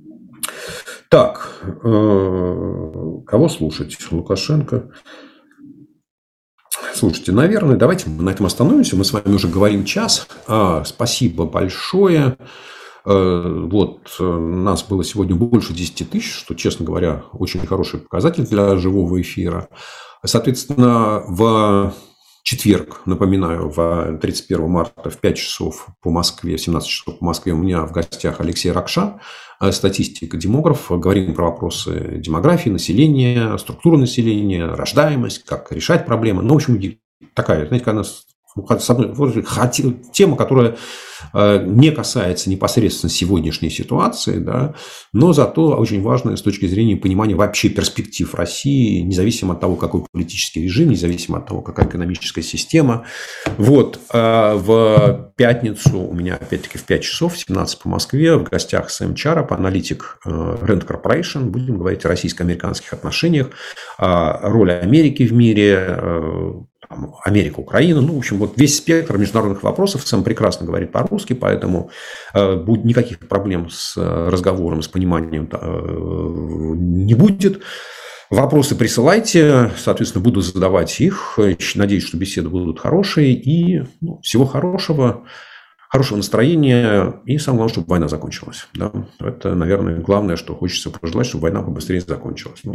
Так, кого слушать? Лукашенко. Слушайте, наверное, давайте мы на этом остановимся. Мы с вами уже говорим час. Спасибо большое. Вот, нас было сегодня больше 10 тысяч, что, честно говоря, очень хороший показатель для живого эфира. Соответственно, в четверг, напоминаю, в 31 марта в 5 часов по Москве, в 17 часов по Москве у меня в гостях Алексей Ракша, статистик, демограф. Говорим про вопросы демографии, населения, структуры населения, рождаемость, как решать проблемы. Ну, в общем, такая, знаете, когда нас... тема, которая не касается непосредственно сегодняшней ситуации, да, но зато очень важная с точки зрения понимания вообще перспектив России, независимо от того, какой политический режим, независимо от того, какая экономическая система. Вот. В пятницу у меня, опять-таки, в 5 часов, в 17 по Москве, в гостях Сэм Чарап, аналитик Rand Corporation. Будем говорить о российско-американских отношениях, о роли Америки в мире, Америка, Украина, ну, в общем, вот весь спектр международных вопросов. Сам прекрасно говорит по-русски, поэтому будет никаких проблем с разговором, с пониманием не будет. Вопросы присылайте, соответственно, буду задавать их. Надеюсь, что беседы будут хорошие. И всего хорошего, хорошего настроения. И самое главное, чтобы война закончилась. Да? Это, наверное, главное, что хочется пожелать, чтобы война побыстрее закончилась.